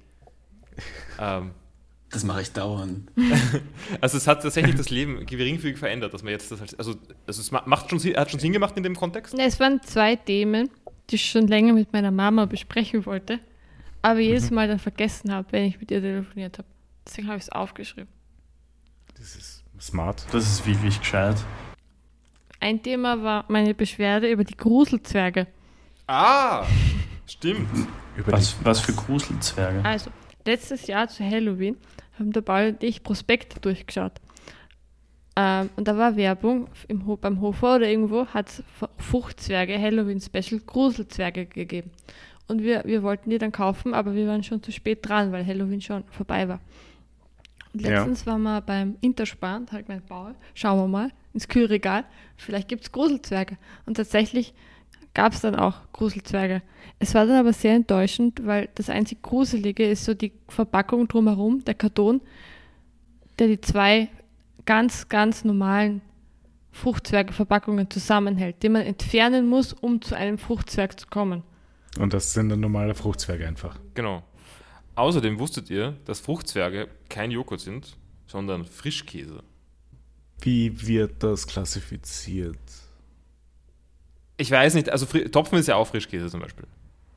Das mache ich dauernd.
Also es hat tatsächlich das Leben geringfügig verändert, dass man jetzt das also es macht schon hat schon Sinn gemacht in dem Kontext.
Na, es waren 2 Themen, die ich schon länger mit meiner Mama besprechen wollte, aber jedes Mal dann vergessen habe, wenn ich mit ihr telefoniert habe. Deswegen habe ich es aufgeschrieben.
Das ist smart.
Das ist wirklich gescheit.
Ein Thema war meine Beschwerde über die Gruselzwerge.
Stimmt.
Was für Gruselzwerge.
Also, letztes Jahr zu Halloween haben der Paul und ich Prospekte durchgeschaut. Und da war Werbung beim Hofer oder irgendwo, hat es Fruchtzwerge, Halloween-Special, Gruselzwerge gegeben. Und wir wollten die dann kaufen, aber wir waren schon zu spät dran, weil Halloween schon vorbei war. Und letztens waren wir beim Interspar und hat gemeint, Paul, schauen wir mal ins Kühlregal, vielleicht gibt es Gruselzwerge. Und tatsächlich gab es dann auch Gruselzwerge. Es war dann aber sehr enttäuschend, weil das einzig Gruselige ist so die Verpackung drumherum, der Karton, der die zwei ganz, ganz normalen Fruchtzwerge-Verpackungen zusammenhält, die man entfernen muss, um zu einem Fruchtzwerg zu kommen.
Und das sind dann normale Fruchtzwerge einfach.
Genau. Außerdem wusstet ihr, dass Fruchtzwerge kein Joghurt sind, sondern Frischkäse.
Wie wird das klassifiziert?
Ich weiß nicht, also Topfen ist ja auch Frischkäse zum Beispiel.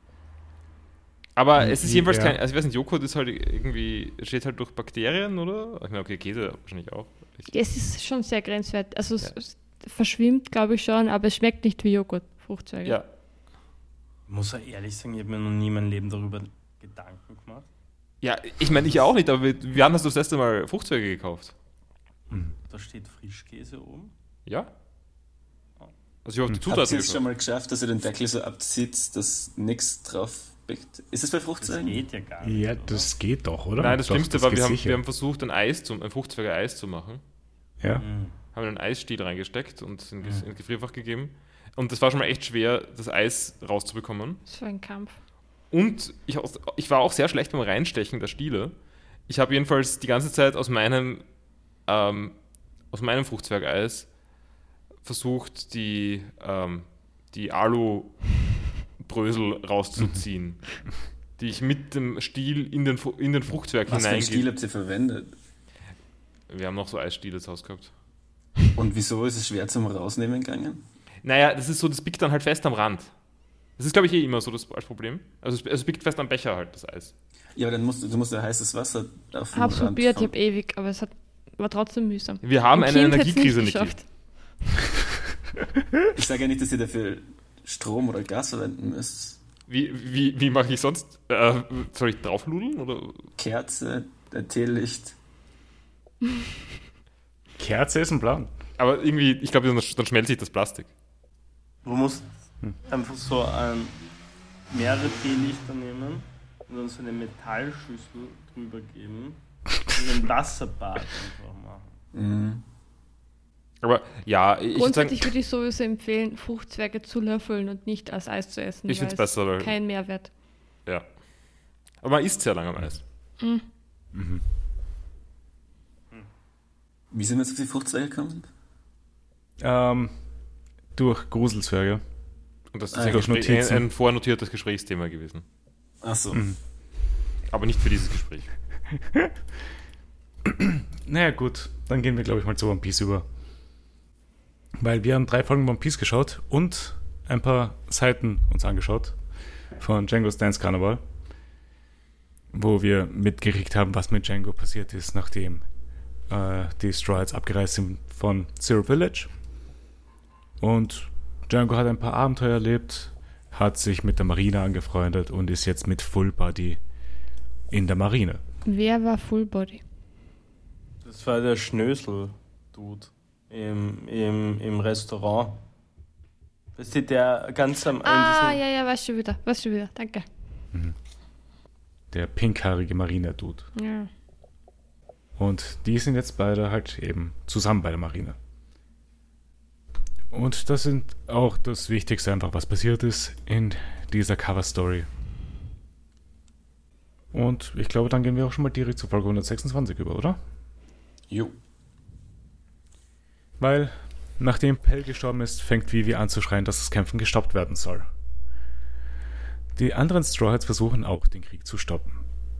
Aber es ist jedenfalls kein, also ich weiß nicht, Joghurt ist halt irgendwie, steht halt durch Bakterien, oder? Ich meine, okay, Käse wahrscheinlich auch.
Es ist schon sehr grenzwertig. Also es verschwimmt, glaube ich schon, aber es schmeckt nicht wie Joghurt, Fruchtzwerge.
Ja.
Ich muss ja ehrlich sagen, ich habe mir noch nie mein Leben darüber Gedanken gemacht.
Ja, ich meine, ich auch nicht, aber wann hast du das letzte Mal Fruchtzwerge gekauft?
Da steht Frischkäse oben.
Ja. Also ich habe die
Habt
Zutaten
ihr es schon mal geschafft, dass ihr den Deckel so abzieht, dass nichts drauf biegt? Ist das bei
Das
Fruchtzwergen?
geht ja gar nicht.
Ja,
oder?
das geht doch, oder?
Nein, das
Doch,
Schlimmste
das
war,
geht
wir
sicher.
haben versucht, ein Fruchtzwerge-Eis zu machen.
Ja.
Mhm.
Haben einen Eisstiel reingesteckt und in ins Gefrierfach gegeben. Und das war schon mal echt schwer, das Eis rauszubekommen.
Das war ein Kampf.
Und ich war auch sehr schlecht beim Reinstechen der Stiele. Ich habe jedenfalls die ganze Zeit aus meinem Fruchtzwergeis versucht, die Alu-Brösel rauszuziehen, die ich mit dem Stiel in den Fruchtzwerg
Was für einen Stiel
hineingebe.
habt ihr verwendet?
Wir haben noch so Eisstiele zu Hause gehabt.
Und wieso ist es schwer zum Rausnehmen gegangen?
Naja, das ist so, das biegt dann halt fest am Rand. Das ist, glaube ich, immer so das Problem. Also es biegt fest am Becher halt, das Eis.
Ja, aber dann du musst ja heißes Wasser auf den
Hab's
Rand
probiert, ich
vom-
habe ewig, aber war trotzdem mühsam.
Wir haben
Ein
eine
Kind hätt's
Energiekrise,
nicht
Niki.
geschafft.
Ich sage ja nicht, dass ihr dafür Strom oder Gas verwenden müsst.
Wie mache ich sonst? Soll ich draufludeln? Oder?
Kerze, Teelicht.
Kerze ist ein Plan.
Aber irgendwie, ich glaube, dann schmelzt sich das Plastik.
Du musst einfach so mehrere Teelichter nehmen und dann so eine Metallschüssel drüber geben und ein Wasserbad einfach machen.
Mhm.
Aber ja, ich würde sagen,
Grundsätzlich würde ich sowieso empfehlen, Fruchtzwerge zu löffeln und nicht als Eis zu essen.
Ich find's
weil
besser, weil-
kein Mehrwert.
ja. Aber man isst sehr lange am Eis.
Wie sind wir jetzt auf die Fruchtzwerge gekommen?
Durch Gruselzwerge.
Und das ist
Durch
Notizen.
ein vornotiertes Gesprächsthema gewesen.
Achso.
Aber nicht für dieses Gespräch.
Naja, gut. Dann gehen wir, glaube ich, mal zu One Piece über. Weil wir haben 3 Folgen One Piece geschaut und ein paar Seiten uns angeschaut von Django's Dance Carnival, wo wir mitgekriegt haben, was mit Django passiert ist, nachdem die Straw Hats abgereist sind von Zero Village. Und Django hat ein paar Abenteuer erlebt, hat sich mit der Marine angefreundet und ist jetzt mit Full Body in der Marine.
Wer war Full Body?
Das war der Schnösel-Dude im Restaurant. Weißt du, der ganz am
Ja, weiß schon wieder, danke.
Der pinkhaarige Marine-Dude.
Ja.
Und die sind jetzt beide halt eben zusammen bei der Marine. Und das sind auch das Wichtigste einfach, was passiert ist in dieser Cover-Story. Und ich glaube, dann gehen wir auch schon mal direkt zu Folge 126 über, oder?
Jo.
Weil, nachdem Pell gestorben ist, fängt Vivi an zu schreien, dass das Kämpfen gestoppt werden soll. Die anderen Straw Hats versuchen auch, den Krieg zu stoppen.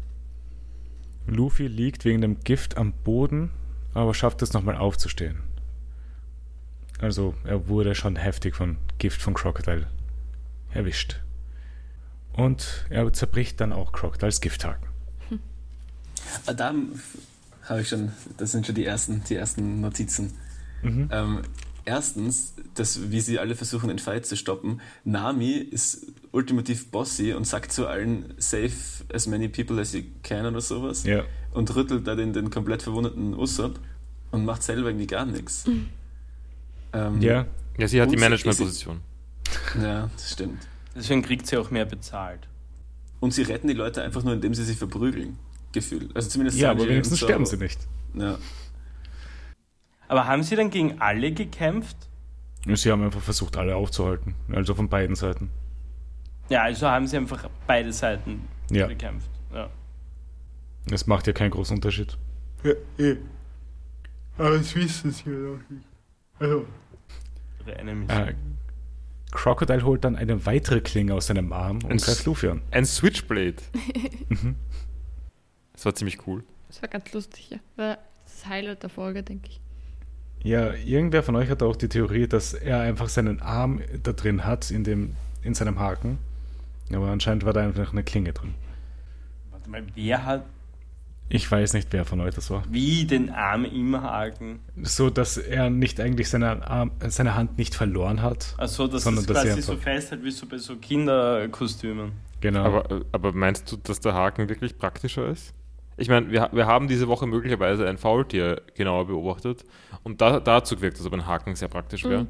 Luffy liegt wegen dem Gift am Boden, aber schafft es nochmal aufzustehen. Also, er wurde schon heftig von Gift von Crocodile erwischt. Und er zerbricht dann auch Crocodiles Gifthaken.
Da habe ich schon, das sind schon die ersten Notizen.
Mhm.
erstens, wie sie alle versuchen, den Fight zu stoppen. Nami ist ultimativ bossy und sagt zu allen, save as many people as you can oder sowas.
Ja.
Und rüttelt da den komplett verwundeten Usopp und macht selber irgendwie gar nichts.
Ja.
Ja, sie hat
Und
die
sie-
Managementposition.
Ja, das stimmt.
Deswegen kriegt sie auch mehr bezahlt.
Und sie retten die Leute einfach nur, indem sie sich verprügeln. Gefühl. Also zumindest
Ja,
Sanji
aber wenigstens
und
sterben
Zoro.
sie nicht.
Ja.
Aber haben sie dann gegen alle gekämpft?
Sie haben einfach versucht, alle aufzuhalten. Also von beiden Seiten.
Ja, also haben sie einfach beide Seiten
Ja.
bekämpft. Ja.
Das macht ja keinen großen Unterschied.
Aber das wissen sie ja noch nicht. Also.
Crocodile holt dann eine weitere Klinge aus seinem Arm und greift Luffy an.
Ein Switchblade. Das war ziemlich cool.
Das war ganz lustig, ja. War das Highlight der Folge, denke ich.
Ja, irgendwer von euch hat auch die Theorie, dass er einfach seinen Arm da drin hat, in seinem Haken. Aber anscheinend war da einfach eine Klinge drin.
Warte mal, wer hat
Ich weiß nicht, wer von euch das war.
wie den Arm im Haken?
So, dass er nicht eigentlich seine Hand nicht verloren hat.
Achso, dass
Sondern
es
dass
quasi
sie
so
einfach-
festhält wie so bei so Kinderkostümen.
Genau.
Aber meinst du, dass der Haken wirklich praktischer ist? Ich meine, wir haben diese Woche möglicherweise ein Faultier genauer beobachtet und dazu wirkt es, als ob ein Haken sehr praktisch wäre.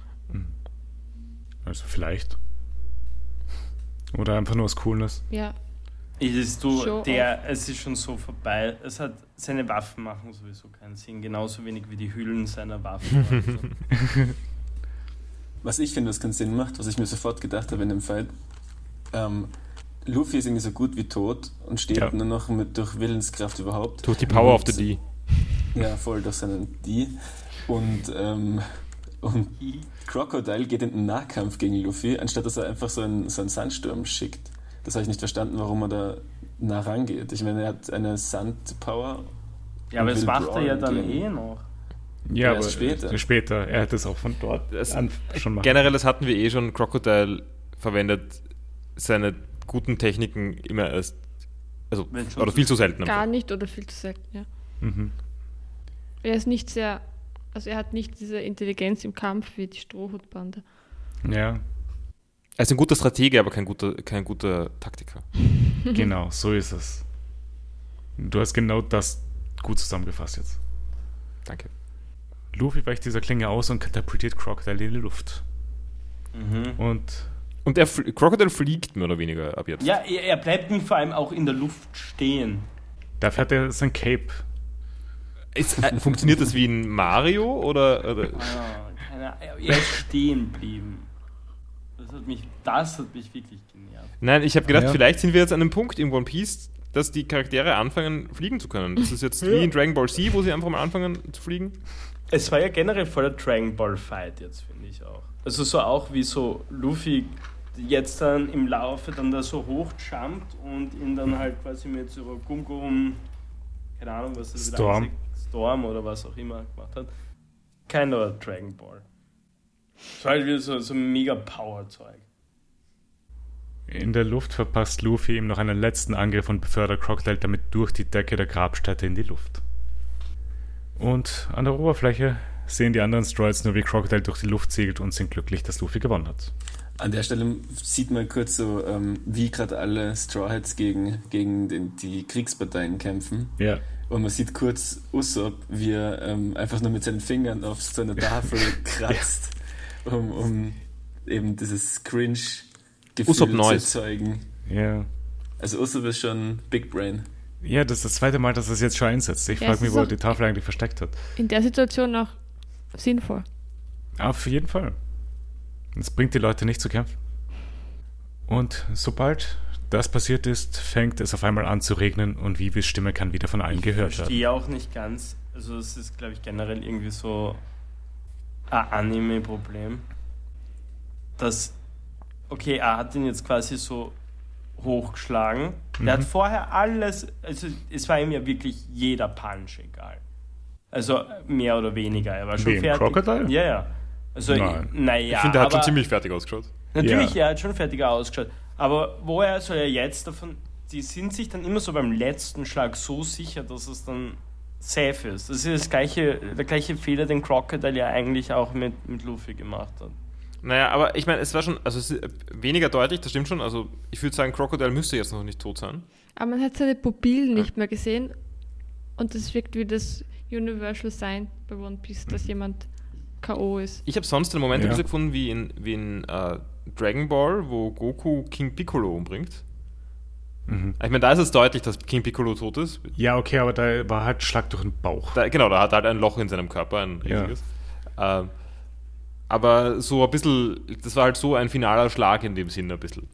Also vielleicht. Oder einfach nur aus Coolness.
Ja.
Es
Show
ist schon so vorbei. Seine Waffen machen sowieso keinen Sinn. Genauso wenig wie die Hüllen seiner Waffen.
Was ich finde, was keinen Sinn macht, was ich mir sofort gedacht habe in dem Fight, Luffy ist irgendwie so gut wie tot und steht nur noch durch Willenskraft überhaupt.
Durch die Power of the D.
Ja, voll durch seinen D. Und Crocodile geht in den Nahkampf gegen Luffy, anstatt dass er einfach so einen Sandsturm schickt. Das habe ich nicht verstanden, warum er da nah rangeht. Ich meine, er hat eine Sandpower.
Ja, aber
und
das
will
macht er ja
brawlen
dann
gehen.
noch.
Ja, aber
erst
später. Er hätte es auch von dort an schon machen.
Generell, das hatten wir schon, Crocodile verwendet seine guten Techniken immer erst, also,
Wenn schon
oder viel zu selten.
Gar
einfach.
nicht oder viel zu selten, ja.
Mhm.
Er ist nicht sehr, also er hat nicht diese Intelligenz im Kampf wie die Strohhutbande.
Ja,
Er ist ein guter Stratege, aber kein guter Taktiker.
genau, so ist es. Du hast genau das gut zusammengefasst jetzt.
Danke.
Luffy weicht dieser Klinge aus und katapultiert Crocodile in die Luft. Und
Und Crocodile fliegt mehr oder weniger ab jetzt.
Ja, er bleibt vor allem auch in der Luft stehen.
dafür hat er sein Cape.
Funktioniert das wie in Mario oder?
Er ist stehen geblieben. Das hat mich wirklich genervt.
Nein, ich habe gedacht,
Ja.
vielleicht sind wir jetzt an einem Punkt in One Piece, dass die Charaktere anfangen, fliegen zu können. Das ist jetzt wie in Dragon Ball Z, wo sie einfach mal anfangen zu fliegen.
Es war ja generell voll der Dragon Ball Fight jetzt, finde ich auch. Also so auch wie so Luffy jetzt dann im Laufe dann da so hochjumpt und ihn dann halt quasi mit so Gum, keine Ahnung, was das
Storm.
wieder heißt, Storm oder was auch immer gemacht hat. Kein Dragon Ball. Es war halt wieder so mega Power-Zeug.
In der Luft verpasst Luffy ihm noch einen letzten Angriff und befördert Crocodile damit durch die Decke der Grabstätte in die Luft. Und an der Oberfläche sehen die anderen Stroids nur, wie Crocodile durch die Luft segelt und sind glücklich, dass Luffy gewonnen hat.
An der Stelle sieht man kurz so, wie gerade alle Straw Hats gegen die Kriegsparteien kämpfen.
Ja,
Und man sieht kurz Usopp, wie er einfach nur mit seinen Fingern auf so eine Tafel kratzt, um eben dieses Cringe-Gefühl
Usopp
zu
Noise.
erzeugen.
ja.
Also Usopp ist schon Big Brain.
Ja, das ist das zweite Mal, dass er es jetzt schon einsetzt. Ich
Ja,
frage
es
mich,
ist
wo er
auch-
die Tafel eigentlich versteckt hat.
In der Situation auch sinnvoll.
Auf jeden Fall. Es bringt die Leute nicht zu kämpfen. Und sobald das passiert ist, fängt es auf einmal an zu regnen und Vivis Stimme kann wieder von allen
Ich
gehört werden.
verstehe auch nicht ganz, also es ist, glaube ich, generell irgendwie so ein Anime-Problem, dass, okay, er hat ihn jetzt quasi so hochgeschlagen, der hat vorher alles, also es war ihm ja wirklich jeder Punch egal. Also mehr oder weniger, er war schon
Wen,
fertig.
Crocodile?
Ja, ja. Also,
Nein.
naja,
Ich finde, der hat schon
aber-
ziemlich fertig ausgeschaut.
Natürlich,
Ja.
er hat schon fertiger ausgeschaut. Aber woher soll er jetzt davon... Die sind sich dann immer so beim letzten Schlag so sicher, dass es dann safe ist. Das ist der gleiche Fehler, den Crocodile ja eigentlich auch mit Luffy gemacht hat.
Naja, aber ich meine, es war schon, also es ist weniger deutlich, das stimmt schon. Also ich würde sagen, Crocodile müsste jetzt noch nicht tot sein.
Aber man hat seine Pupillen nicht mehr gesehen und das wirkt wie das Universal Sign bei One Piece, dass jemand K.O. ist.
Ich habe sonst den Moment ein bisschen gefunden wie in Dragon Ball, wo Goku King Piccolo umbringt. Ich meine, da ist es deutlich, dass King Piccolo tot ist.
Ja, okay, aber da war halt Schlag durch den Bauch.
Da hat er halt ein Loch in seinem Körper, ein riesiges. Ja. Aber so ein bisschen, das war halt so ein finaler Schlag in dem Sinne ein bisschen.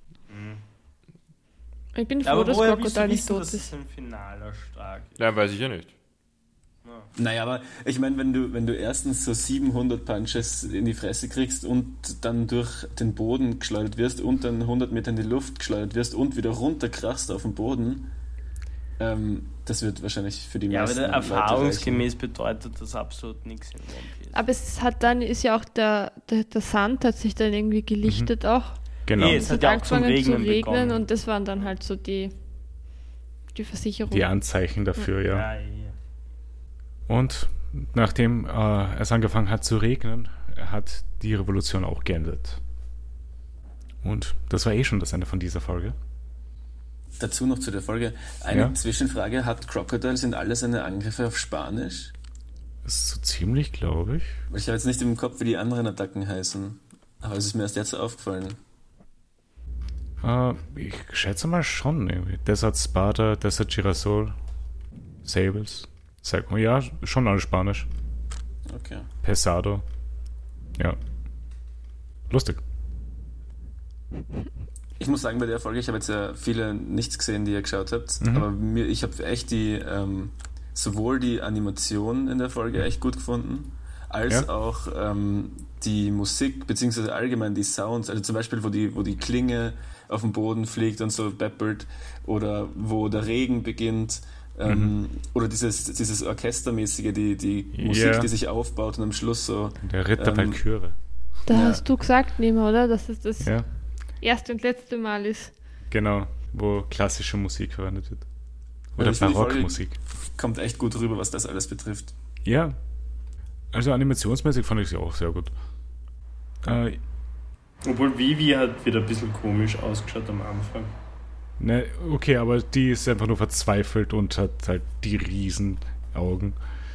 Ich bin froh, dass Crocodile nicht tot ist.
Das ist ein finaler Schlag.
Ja, weiß ich ja nicht.
Naja, aber ich meine, wenn du erstens so 700 Punches in die Fresse kriegst und dann durch den Boden geschleudert wirst und dann 100 Meter in die Luft geschleudert wirst und wieder runterkrachst auf den Boden, das wird wahrscheinlich für die meisten
aber erfahrungsgemäß bedeutet das absolut nichts in One Piece.
Aber es hat dann, ist ja auch der Sand hat sich dann irgendwie gelichtet auch.
Genau.
Es hat ja auch zum Regnen begonnen.
Und das waren dann halt so die Versicherungen.
Die Anzeichen dafür, ja. Und nachdem es angefangen hat zu regnen, hat die Revolution auch geendet. Und das war schon das Ende von dieser Folge.
Dazu noch zu der Folge eine Zwischenfrage. Hat Crocodile, sind alle seine Angriffe auf Spanisch?
Das ist so ziemlich, glaube ich.
Ich habe jetzt nicht im Kopf, wie die anderen Attacken heißen. Aber es ist mir erst jetzt so aufgefallen.
Ich schätze mal schon. Irgendwie. Desert Sparta, Desert Girasol, Sables. Ja, schon alles Spanisch.
Okay.
Pesado. Ja. Lustig.
Ich muss sagen, bei der Folge, ich habe jetzt ja viele nichts gesehen, die ihr geschaut habt, aber ich habe echt sowohl die Animation in der Folge echt gut gefunden, als auch die Musik, beziehungsweise allgemein die Sounds, also zum Beispiel, wo die Klinge auf dem Boden fliegt und so peppelt, oder wo der Regen beginnt, oder dieses Orchestermäßige, die Musik, die sich aufbaut und am Schluss so...
Der Ritter Valkyrie.
Da hast du gesagt, Nima, oder? Dass es das erste und letzte Mal ist.
Genau, wo klassische Musik verwendet wird. Oder Barockmusik.
Kommt echt gut rüber, was das alles betrifft.
Ja. Also animationsmäßig fand ich sie auch sehr gut.
Obwohl Vivi hat wieder ein bisschen komisch ausgeschaut am Anfang.
Ne, okay, aber die ist einfach nur verzweifelt und hat halt die riesen Augen.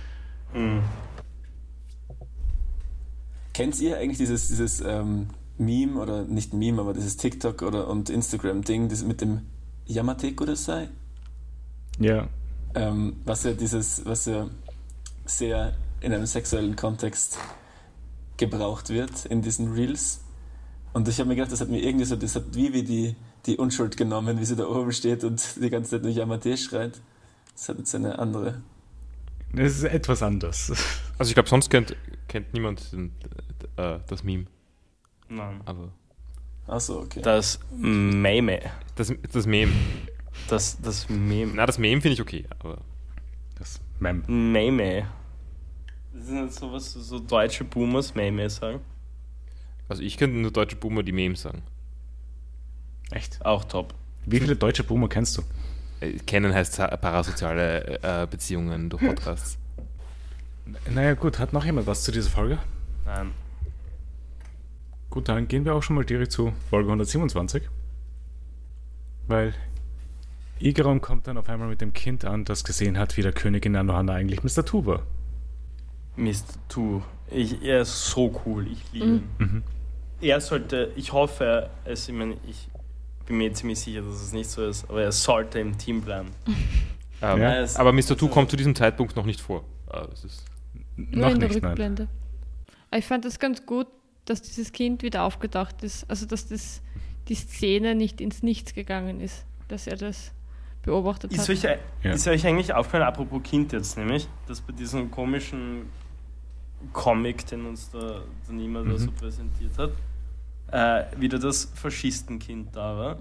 Kennt ihr eigentlich dieses Meme, oder nicht Meme, aber dieses TikTok und Instagram-Ding, das mit dem Yamatekudasai?
Ja.
Was ja sehr in einem sexuellen Kontext gebraucht wird in diesen Reels. Und ich habe mir gedacht, das hat mir irgendwie so, das hat Vivi die Unschuld genommen, wie sie da oben steht und die ganze Zeit nur Yamate schreit. Das hat jetzt eine andere.
Es ist etwas anders.
Also ich glaube, sonst kennt niemand das Meme.
Nein.
Aber
achso, okay.
Das Meme.
Das Meme.
Das Meme.
Na, das Meme finde ich okay, aber
das Meme.
Meme. Das sind halt sowas, so deutsche Boomers Meme sagen.
Also ich könnte nur deutsche Boomer, die Memes sagen.
Echt?
Auch top.
Wie viele deutsche Boomer kennst du?
Kennen heißt parasoziale Beziehungen durch Podcasts.
Naja gut, hat noch jemand was zu dieser Folge?
Nein.
Gut, dann gehen wir auch schon mal direkt zu Folge 127. Weil Igaram kommt dann auf einmal mit dem Kind an, das gesehen hat, wie der Königin Anohana eigentlich Mr. Tu war.
Mr. Tu. Er ist so cool, ich liebe ihn.
Mhm.
Er sollte, ich hoffe, ich bin mir ziemlich sicher, dass es nicht so ist, aber er sollte im Team bleiben.
Aber Mr. Tu kommt zu diesem Zeitpunkt noch nicht vor. Das ist
nur
noch
in der
nicht,
Rückblende. Aber ich fand das ganz gut, dass dieses Kind wieder aufgetaucht ist. Also, dass die Szene nicht ins Nichts gegangen ist. Dass er das beobachtet hat.
Ist euch eigentlich aufgefallen, apropos Kind jetzt nämlich, dass bei diesem komischen Comic, den uns der niemand da so präsentiert hat, wieder das Faschistenkind da war.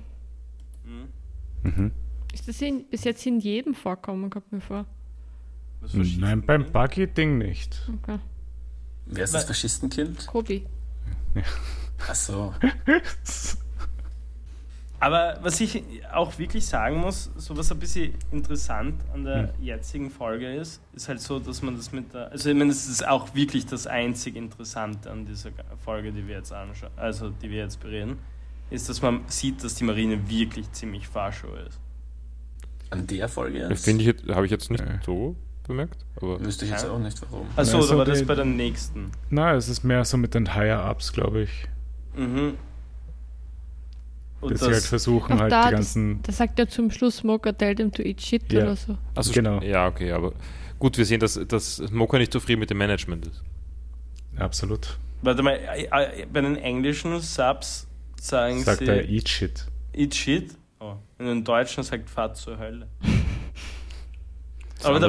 Ist das bis jetzt in jedem vorkommen, kommt mir vor?
Nein, beim Buggy-Ding nicht.
Okay.
Wer ist das Faschistenkind?
Kobi.
Ja.
Ach so.
Aber was ich auch wirklich sagen muss, so was ein bisschen interessant an der jetzigen Folge ist halt so, dass man das mit der, also ich meine, das ist auch wirklich das einzig Interessante an dieser Folge, die wir jetzt anschauen, also die wir jetzt bereden, ist, dass man sieht, dass die Marine wirklich ziemlich farschow ist.
An der Folge jetzt?
Habe ich jetzt nicht so bemerkt. Aber
wüsste ich jetzt auch nicht, warum.
Achso, oder war das bei der nächsten?
Nein, es ist mehr so mit den Higher-Ups, glaube ich.
Mhm. Und
dass sie halt versuchen, halt
da,
die ganzen...
Das sagt ja zum Schluss Smoker, tell them to eat shit oder so.
Also
genau.
Ja, okay, aber gut, wir sehen, dass Smoker nicht zufrieden mit dem Management ist.
Absolut.
Warte mal, bei den englischen Subs sagen
sagt
sie...
er eat shit.
Eat shit? Oh. In den Deutschen sagt Fahrt zur Hölle. Aber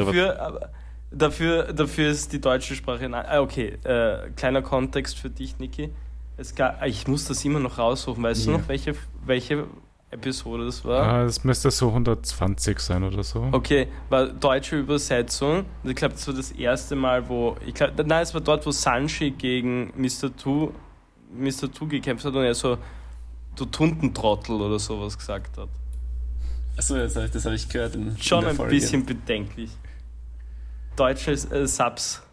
dafür ist die deutsche Sprache... Okay, kleiner Kontext für dich, Niki. Ich muss das immer noch raussuchen. Weißt du noch, welche Episode das war?
Es müsste so 120 sein oder so.
Okay, war deutsche Übersetzung. Ich glaube, das war das erste Mal, es war dort, wo Sanji gegen Mr. Two gekämpft hat und er so, du Tuntentrottel oder sowas gesagt hat.
Achso, das habe ich gehört.
Schon ein bisschen bedenklich. Deutsche Subs.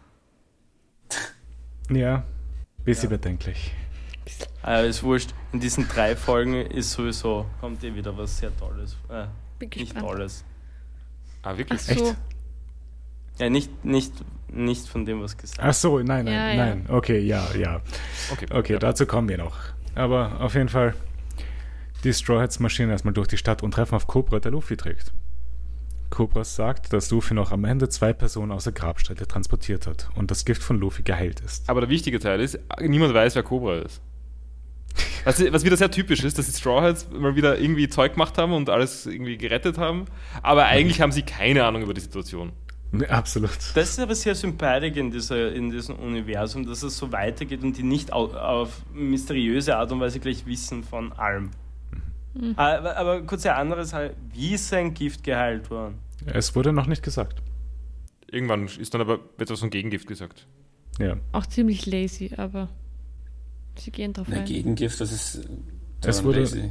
Ja, bisschen bedenklich.
Ist wurscht. In diesen 3 Folgen ist sowieso, kommt wieder was sehr Tolles.
Bin
nicht
gespannt.
Tolles.
Ah, wirklich?
Ach so.
Echt?
Ja, nicht von dem, was gesagt
Ach so, nein.
Ja.
Okay, ja. Okay,
ja.
dazu kommen wir noch. Aber auf jeden Fall, die Straw Hats marschieren erstmal durch die Stadt und treffen auf Cobra, der Luffy trägt. Cobra sagt, dass Luffy noch am Ende 2 Personen aus der Grabstätte transportiert hat und das Gift von Luffy geheilt ist.
Aber der wichtige Teil ist, niemand weiß, wer Cobra ist. Was wieder sehr typisch ist, dass die Straw Hats mal wieder irgendwie Zeug gemacht haben und alles irgendwie gerettet haben, aber eigentlich haben sie keine Ahnung über die Situation.
Absolut.
Das ist aber sehr sympathisch in diesem Universum, dass es so weitergeht und die nicht auf mysteriöse Art und Weise gleich wissen von allem. Mhm. Aber kurz ein anderes, wie ist sein Gift geheilt worden?
Es wurde noch nicht gesagt.
Irgendwann ist dann aber etwas von Gegengift gesagt.
Ja.
Auch ziemlich lazy, aber sie gehen drauf ein.
Gegengift, das ist
es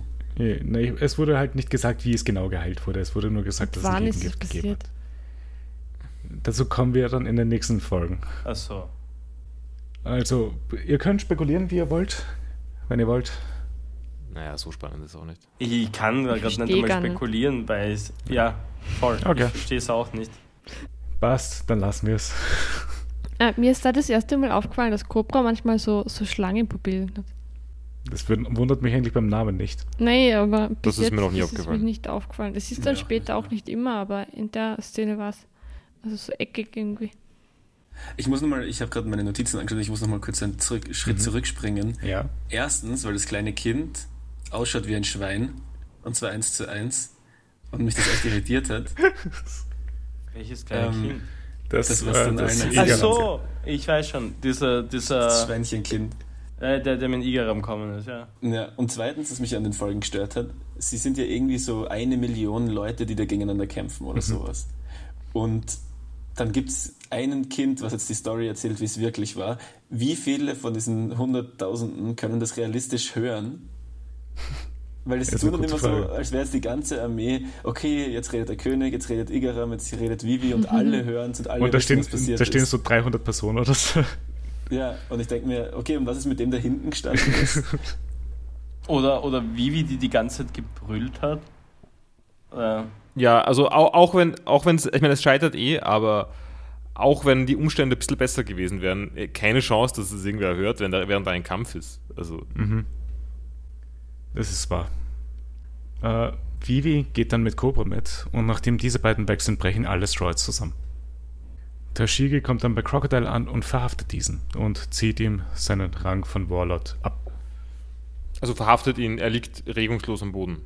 wurde halt nicht gesagt, wie es genau geheilt wurde. Es wurde nur gesagt, dass es ein Gegengift gegeben hat. Dazu kommen wir dann in den nächsten Folgen.
Ach so.
Also, ihr könnt spekulieren, wie ihr wollt, wenn ihr wollt.
Naja, so spannend ist es auch nicht.
Ich kann gerade nicht einmal spekulieren, weil es... Ja, voll.
Okay.
Ich verstehe es auch nicht.
Passt, dann lassen wir es.
Mir ist da das erste Mal aufgefallen, dass Cobra manchmal so Schlangenpupillen hat.
Das wundert mich eigentlich beim Namen nicht.
Nein, aber
das ist mir noch nie aufgefallen.
Ist mir nicht aufgefallen. Es ist dann später auch nicht immer, aber in der Szene war es also so eckig irgendwie.
Ich habe gerade meine Notizen angeschaut, ich muss noch mal kurz einen Schritt zurückspringen.
Ja.
Erstens, weil das kleine Kind ausschaut wie ein Schwein, und zwar 1:1, und mich das echt irritiert hat.
Welches kleine Kind?
Das
was dann allen
Ach so, ich weiß schon, dieser
das Schweinchenkind.
Der mit Igaram gekommen ist, ja.
Ja. Und zweitens, was mich an den Folgen gestört hat, sie sind ja irgendwie so 1 Million Leute, die da gegeneinander kämpfen oder sowas. Und dann gibt es ein Kind, was jetzt die Story erzählt, wie es wirklich war. Wie viele von diesen Hunderttausenden können das realistisch hören? Weil es tut dann immer so, als wäre es die ganze Armee, okay, jetzt redet der König, jetzt redet Igaram, jetzt redet Vivi und alle hören es und alle wissen, was passiert ist.
Da stehen so 300 Personen oder so.
Ja, und ich denke mir, okay, und was ist mit dem da hinten gestanden ist?
Oder Vivi, die ganze Zeit gebrüllt hat.
Ja, also auch wenn es, ich meine, es scheitert aber auch wenn die Umstände ein bisschen besser gewesen wären, keine Chance, dass es irgendwer hört, während da ein Kampf ist. Also.
Das ist wahr. Vivi geht dann mit Cobra mit und nachdem diese beiden weg sind, brechen alle Straw Hats zusammen. Tashigi kommt dann bei Crocodile an und verhaftet diesen und zieht ihm seinen Rang von Warlord ab.
Also verhaftet ihn, er liegt regungslos am Boden.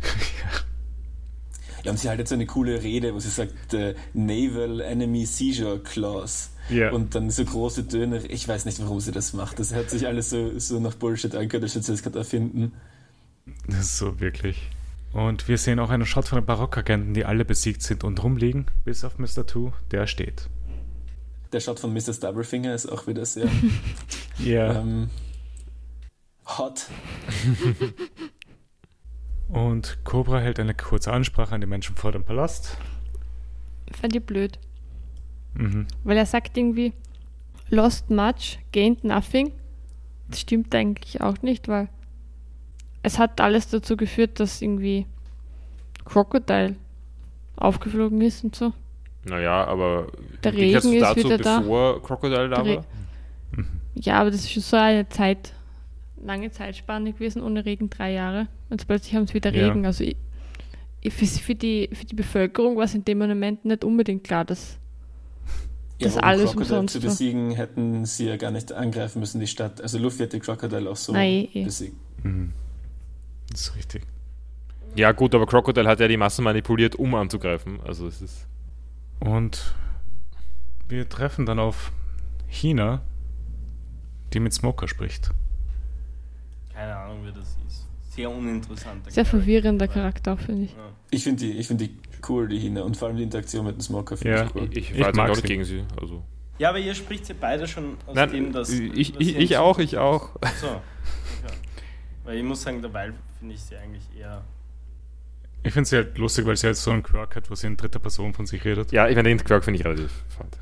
Ja, und sie hat jetzt so eine coole Rede, wo sie sagt, Naval Enemy Seizure Clause.
Yeah.
Und dann so große Töne. Ich weiß nicht, warum sie das macht. Das hört sich alles so nach Bullshit angehört, als sie das gerade erfinden.
Das ist so wirklich. Und wir sehen auch einen Shot von den Barockagenten, die alle besiegt sind und rumliegen, bis auf Mr. Two, der steht.
Der Shot von Mr. Stubblefinger ist auch wieder sehr
Ja.
hot.
Und Cobra hält eine kurze Ansprache an die Menschen vor dem Palast.
Fand ich blöd.
Mhm.
Weil er sagt irgendwie, lost much, gained nothing. Das stimmt eigentlich auch nicht, weil es hat alles dazu geführt, dass irgendwie Crocodile aufgeflogen ist und so.
Naja, aber
Der
wie gehst
Regen
du
ist
dazu,
wieder da.
bevor Crocodile da war?
Ja, aber das ist schon so eine lange Zeitspanne gewesen, ohne Regen 3 Jahre. Und plötzlich haben es wieder
Ja.
Regen. Also für die Bevölkerung war es in dem Moment nicht unbedingt klar, dass das
um
alles
Crocodile
umsonst
zu
war.
besiegen, hätten sie ja gar nicht angreifen müssen, die Stadt. Also Luffy hätte Crocodile auch so
Nein,
besiegt.
Mhm. Das ist richtig.
Ja gut, aber Crocodile hat ja die Masse manipuliert, um anzugreifen. Also es ist...
Und wir treffen dann auf Hina, die mit Smoker spricht.
Keine Ahnung, wer das ist. Sehr uninteressant.
Sehr verwirrender Charakter auch, finde ich.
Ja.
Ich finde die cool, die Hina. Und vor allem die Interaktion mit dem Smoker finde
Ja.
ich cool.
Ich
Ich
war jetzt
mag
auch
sie.
nicht gegen sie. Also.
Ja, aber ihr spricht sie beide schon aus
Nein,
dem, dass...
ich auch.
So, okay. Weil ich muss sagen, dabei finde ich sie eigentlich eher...
Ich finde sie halt lustig, weil sie halt so einen Quirk hat, wo sie in dritter Person von sich redet.
Ja, ich meine, den Quirk finde ich relativ fad.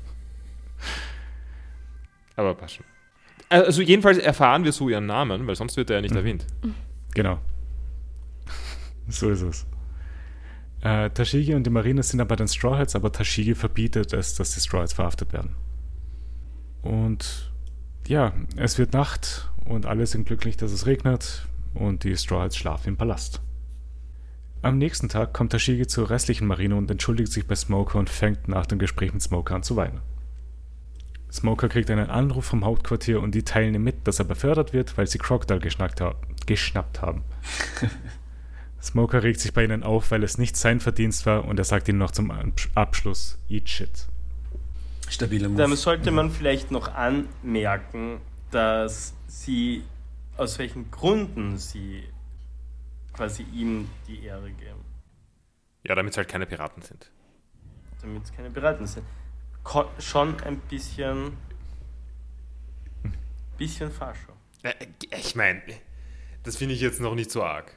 Aber passt schon. Also jedenfalls erfahren wir so ihren Namen, weil sonst wird er ja nicht erwähnt.
Genau. So ist es. Tashigi und die Marine sind dann bei den Straw Hats, aber Tashigi verbietet es, dass die Straw Hats verhaftet werden. Und ja, es wird Nacht und alle sind glücklich, dass es regnet und die Straw Hats schlafen im Palast. Am nächsten Tag kommt Tashigi zur restlichen Marine und entschuldigt sich bei Smoker und fängt nach dem Gespräch mit Smoker an zu weinen. Smoker kriegt einen Anruf vom Hauptquartier und die teilen ihm mit, dass er befördert wird, weil sie Crocodile geschnappt haben. Smoker regt sich bei ihnen auf, weil es nicht sein Verdienst war und er sagt ihnen noch zum Abschluss, eat shit.
Stabiler Move.
Damit sollte man vielleicht noch anmerken, dass sie, aus welchen Gründen sie quasi ihm die Ehre geben.
Ja, damit es halt keine Piraten sind.
Damit es keine Piraten sind. Schon ein bisschen Fascho.
Ich meine, das finde ich jetzt noch nicht so arg.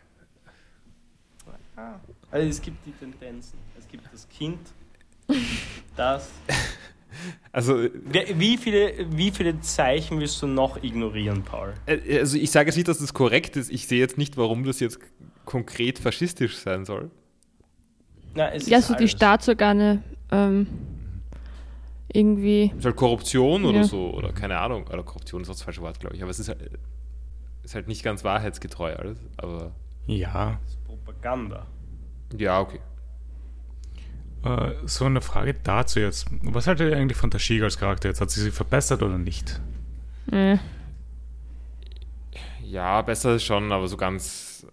Also es gibt die Tendenzen. Es gibt das Kind, das...
Also,
Wie viele Zeichen willst du noch ignorieren, Paul?
also ich sage jetzt nicht, dass das korrekt ist. Ich sehe jetzt nicht, warum das jetzt konkret faschistisch sein soll.
Na, es
Ja,
ist
so die
alles.
Staatsorgane irgendwie.
Ist halt Korruption oder
Ja.
so, oder keine Ahnung. Oder Korruption ist auch das falsche Wort, glaube ich. Aber es ist halt nicht ganz wahrheitsgetreu alles. Aber
Ja,
Das ist Propaganda.
ja, okay.
so eine Frage dazu jetzt. Was haltet ihr eigentlich von Tashigi als Charakter jetzt? Hat sie sich verbessert oder nicht?
Ja, besser ist schon, aber so ganz.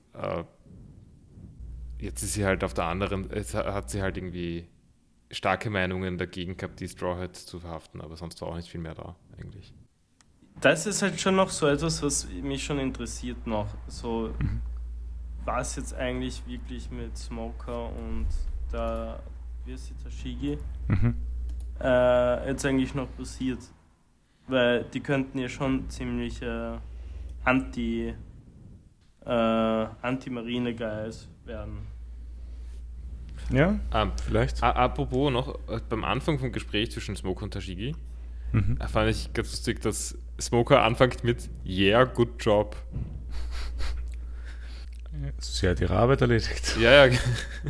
Jetzt ist sie halt auf der anderen. Jetzt hat sie halt irgendwie starke Meinungen dagegen gehabt, die Straw Hats zu verhaften, aber sonst war auch nicht viel mehr da, eigentlich.
Das ist halt schon noch so etwas, was mich schon interessiert noch. So, was jetzt eigentlich wirklich mit Smoker und der, wie ist die Tashigi,
Mhm.
jetzt eigentlich noch passiert. Weil die könnten ja schon ziemlich Anti-Marine-Guys werden.
Ja,
Ähm,
vielleicht.
Apropos noch, beim Anfang vom Gespräch zwischen Smoker und Tashigi,
Mhm.
fand ich ganz lustig, dass Smoker anfängt mit Yeah, good job.
Sie hat ihre Arbeit erledigt.
Ja, ja.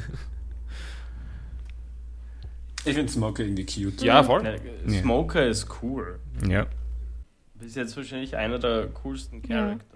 Ich finde Smoker irgendwie cute.
Ja, voll.
Ja, Smoker ist cool.
Ja.
Bis jetzt wahrscheinlich einer der coolsten Charakter.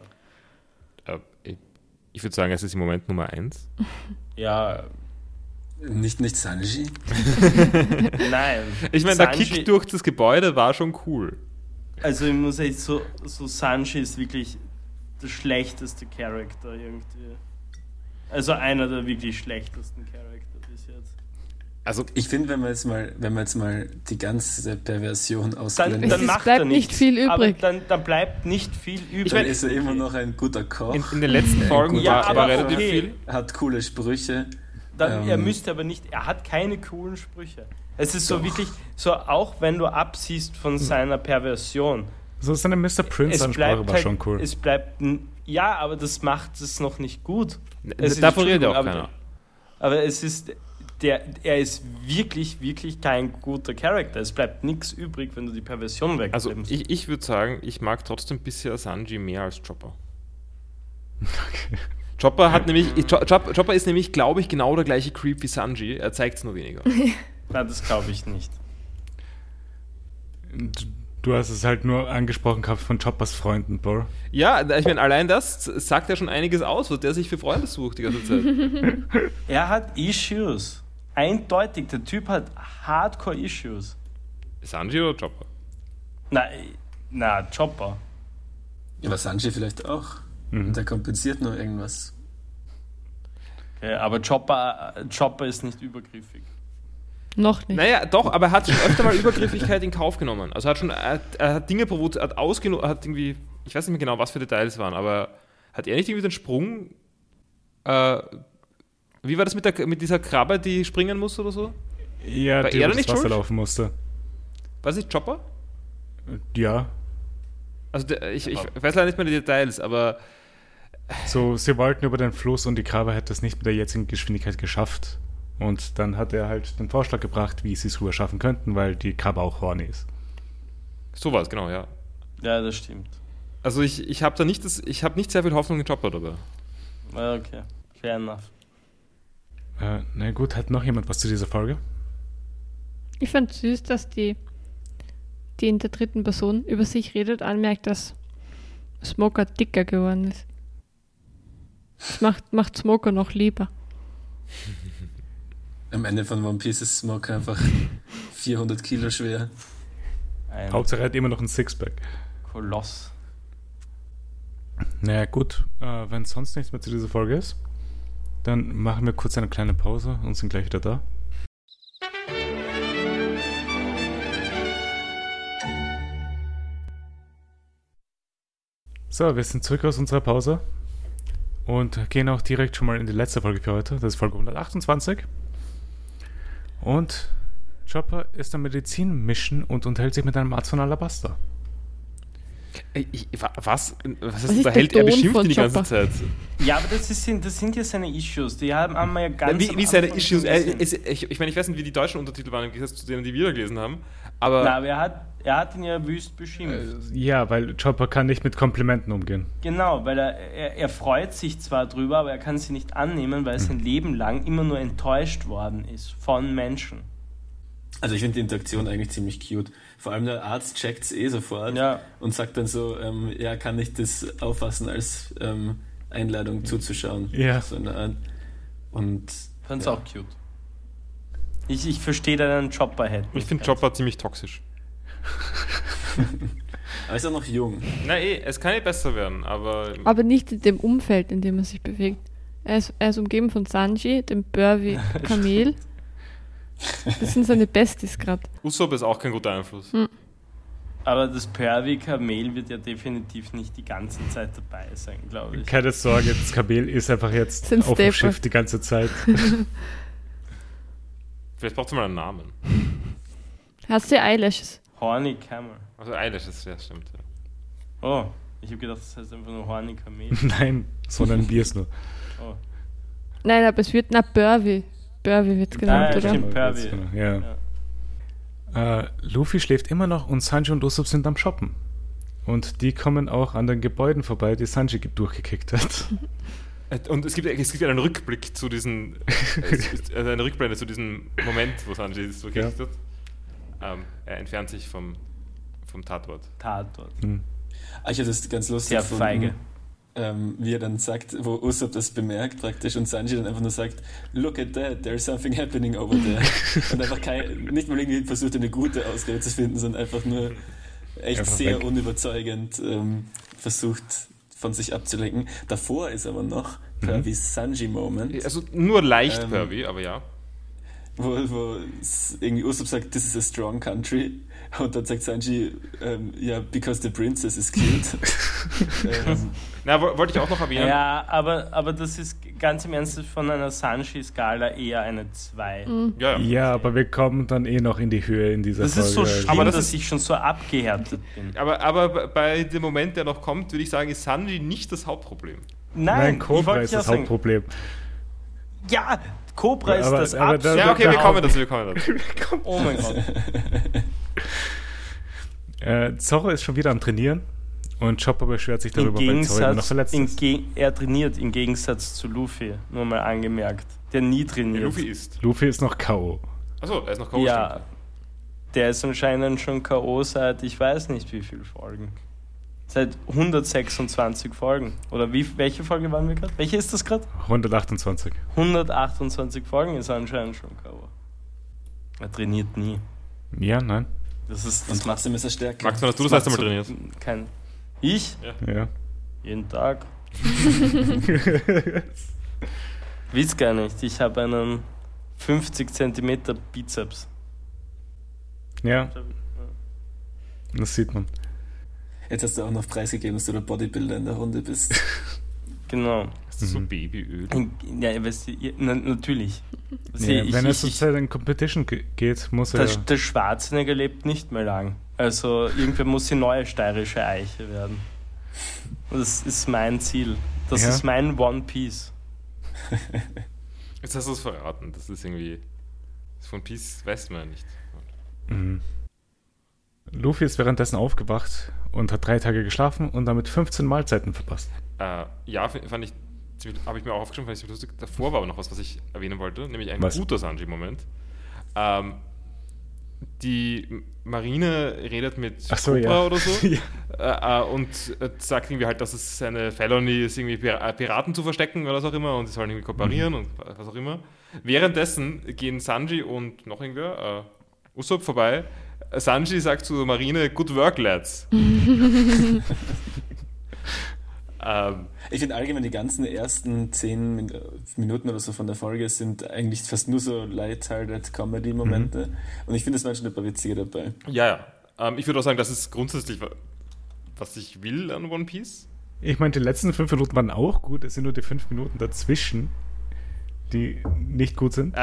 Ich würde sagen, es ist im Moment Nummer 1.
Ja,
Nicht Sanji?
nein.
Ich meine, der
Sanji-
Kick durch das Gebäude war schon cool.
Also ich muss echt so Sanji ist wirklich der schlechteste Charakter irgendwie. Also einer der wirklich schlechtesten Charakter bis jetzt.
Also,
Ich finde, wenn man jetzt mal die ganze Perversion ausblendet,
Dann
Es
macht
bleibt
er
nicht
nichts.
viel übrig.
Aber dann bleibt nicht viel übrig.
dann ist er immer noch ein guter Koch.
in den letzten Folgen
Ja,
war
aber
relativ
okay.
viel.
Hat coole Sprüche.
Er müsste aber nicht, er hat keine coolen Sprüche. Es ist so wirklich, so auch wenn du absiehst von seiner Perversion,
So seine Mr.
es
Prince-Ansprache
bleibt
war
halt,
schon cool.
es bleibt Ja, aber das macht es noch nicht gut.
Davon redet ja auch keiner.
Aber es ist, er ist wirklich, wirklich kein guter Charakter. Es bleibt nichts übrig, wenn du die Perversion wegnimmst.
Also ich würde sagen, ich mag trotzdem bisher Sanji mehr als Chopper.
Okay.
Chopper ist nämlich, glaube ich, genau der gleiche Creep wie Sanji. Er zeigt es nur weniger.
Nein, das glaube ich nicht.
Du hast es halt nur angesprochen gehabt von Choppers Freunden, Bro.
Ja, ich meine, allein das sagt ja schon einiges aus, was der sich für Freunde sucht die ganze Zeit.
Er hat Issues. Eindeutig, der Typ hat Hardcore-Issues.
Sanji oder Chopper?
Na, Chopper.
Ja, aber Sanji vielleicht auch. Der kompensiert nur irgendwas.
Okay, aber Chopper ist nicht übergriffig.
Noch nicht.
Naja, doch, aber er hat schon öfter mal Übergriffigkeit in Kauf genommen. Also er hat Dinge provoziert, hat irgendwie, ich weiß nicht mehr genau, was für Details waren, aber hat er nicht irgendwie den Sprung, wie war das mit dieser Krabbe, die springen muss oder so?
Ja,
war
die
er
über
nicht
das Wasser
schuld?
laufen musste.
Was ist Chopper?
Ja.
Also ich weiß leider nicht mehr die Details, aber
So, sie wollten über den Fluss und die Krabbe hätte es nicht mit der jetzigen Geschwindigkeit geschafft. Und dann hat er halt den Vorschlag gebracht, wie sie es rüber schaffen könnten, weil die Krabbe auch horny ist.
so war es, genau, ja.
Ja, das stimmt.
Also ich habe nicht sehr viel Hoffnung in Chopper dabei.
Okay, fair enough.
Na gut, hat noch jemand was zu dieser Folge?
Ich fand süß, dass die in der dritten Person über sich redet, anmerkt, dass Smoker dicker geworden ist. Das macht Smoker noch lieber.
Am Ende von One Piece ist Smoke einfach 400 Kilo schwer.
Ein
Hauptsache er hat immer noch ein Sixpack.
Koloss.
Naja gut, wenn sonst nichts mehr zu dieser Folge ist, dann machen wir kurz eine kleine Pause und sind gleich wieder da. So, wir sind zurück aus unserer Pause und gehen auch direkt schon mal in die letzte Folge für heute. Das ist Folge 128. Und Chopper ist am Medizin-Mission und unterhält sich mit einem Arzt von Alabasta.
Was
ist
unterhält
der
er?
Ton
Beschimpft
von
ihn die ganze
Chopper?
Zeit.
Ja, aber das sind ja seine Issues. Die haben wir ja ganz
Wie seine
Anfang
Issues?
schon gesehen.
Ich meine, ich weiß nicht, wie die deutschen Untertitel waren im Gegensatz zu denen, die wir gelesen haben. Aber
Na, aber er hat ihn ja wüst beschimpft.
Ja, weil Chopper kann nicht mit Komplimenten umgehen.
Genau, weil er freut sich zwar drüber, aber er kann sie nicht annehmen, weil er sein Leben lang immer nur enttäuscht worden ist von Menschen.
Also ich finde die Interaktion eigentlich ziemlich cute. Vor allem der Arzt checkt es sofort und sagt dann so, kann ich das auffassen als Einladung zuzuschauen.
Ja.
So eine Art. Und
Fand's auch cute. Ich verstehe deinen Chopper-Head.
ich finde Chopper ziemlich toxisch.
aber ist auch noch jung.
Na es kann nicht besser werden, aber
Aber nicht in dem Umfeld, in dem er sich bewegt. Er ist umgeben von Sanji, dem Burvey Kamel. Das sind seine Besties gerade.
Usopp ist auch kein guter Einfluss.
Aber das Pervy-Kamel wird ja definitiv nicht die ganze Zeit dabei sein, glaube ich.
Keine Sorge, das Kamel ist einfach jetzt
Sind
auf dem
Staple.
Schiff die ganze Zeit.
Vielleicht braucht es mal einen Namen.
Hast du Eyelashes?
Horny Camel.
Also Eyelashes, ja, stimmt. Ja.
Oh, ich habe gedacht, das heißt einfach nur Horny Kamel.
Nein, sondern wir es nur.
Oh.
Nein, aber es wird Burvey. Burvey wird genannt,
ja,
oder?
stimmt. Pervy.
Ja. Luffy schläft immer noch und Sanji und Usopp sind am Shoppen. Und die kommen auch an den Gebäuden vorbei, die Sanji durchgekickt hat.
Und es gibt einen Rückblick zu diesen, eine Rückblende zu diesem Moment, wo Sanji das so gekickt hat. Er entfernt sich vom Tatort.
Ich hätte das ganz lustig
Sehr
gefunden,
feige.
Wie er dann sagt, wo Usopp das bemerkt praktisch und Sanji dann einfach nur sagt, look at that, there's something happening over there. Und einfach nicht mal irgendwie versucht, eine gute Ausrede zu finden, sondern einfach nur echt
einfach
sehr
weg.
unüberzeugend versucht, von sich abzulenken. Davor ist aber noch Pervys Sanji-Moment.
Also nur leicht Pervy, aber ja.
wo irgendwie Usopp sagt, this is a strong country. Und dann sagt Sanji, ja, because the princess is cute.
Na, wollte ich auch noch erwähnen.
Ja, aber das ist ganz im Ernst von einer Sanji-Skala eher eine 2.
Ja, aber wir kommen dann noch in die Höhe in dieser
Das
Folge.
ist so schlimm,
Aber
dass ich schon so abgehärtet bin.
Aber bei dem Moment, der noch kommt, würde ich sagen, ist Sanji nicht das Hauptproblem.
Nein,
ich
Cobra
wollte
ist
ja
das
sagen,
Hauptproblem.
Ja, Cobra ist
Aber-
das
aber
absolute
Ja, okay, wir kommen dazu.
Oh mein Gott.
Zorro ist schon wieder am Trainieren und Chopper beschwert sich darüber,
Im
weil Zorro immer noch
Gegensatz,
verletzt ist.
er trainiert im Gegensatz zu Luffy, nur mal angemerkt, der nie trainiert.
Luffy ist.
Luffy ist noch K.O.
Achso, er ist noch K.O.
Ja, der ist anscheinend schon K.O. seit ich weiß nicht wie viele Folgen. Seit 126 Folgen. Oder welche Folge waren wir gerade? Welche ist das gerade?
128.
128 Folgen ist er anscheinend schon K.O. Er trainiert nie.
Ja, nein.
Und trotzdem ist er stärker.
Max, wann hast du das erste Mal trainiert?
Ich?
Ja.
Jeden Tag. Wisst gar nicht, ich habe einen 50 cm Bizeps.
Ja, das sieht man.
Jetzt hast du auch noch preisgegeben, dass du der Bodybuilder in der Runde bist.
Genau.
Ist das so Babyöl?
Ja, weißt du, natürlich.
Ja, wenn es zur in Competition geht, muss er...
Der Schwarzenegger lebt nicht mehr lang. Also irgendwer muss die neue steirische Eiche werden. Das ist mein Ziel. Das ist mein One Piece.
Jetzt hast du es verraten. Das ist irgendwie... Das von Peace weiß man ja nicht.
Mhm. Luffy ist währenddessen aufgewacht und hat 3 Tage geschlafen und damit 15 Mahlzeiten verpasst.
Ja, fand ich... Habe ich mir auch aufgeschrieben, fand ich lustig. Davor war aber noch was ich erwähnen wollte, nämlich ein
Was?
guter Sanji-Moment. Die Marine redet mit Cobra oder so
Ja.
und sagt irgendwie halt, dass es eine Felony ist, irgendwie Piraten zu verstecken oder was auch immer und sie sollen irgendwie kooperieren und was auch immer. Währenddessen gehen Sanji und noch irgendwer, Usopp vorbei. Sanji sagt zur Marine, good work, lads.
Ich finde allgemein, die ganzen ersten 10 Minuten oder so von der Folge sind eigentlich fast nur so light-hearted Comedy-Momente. Und ich finde, es waren schon ein paar witzige dabei.
Ja. Ich würde auch sagen, das ist grundsätzlich, was ich will an One Piece.
Ich meine, die letzten 5 Minuten waren auch gut, es sind nur die 5 Minuten dazwischen, die nicht gut sind.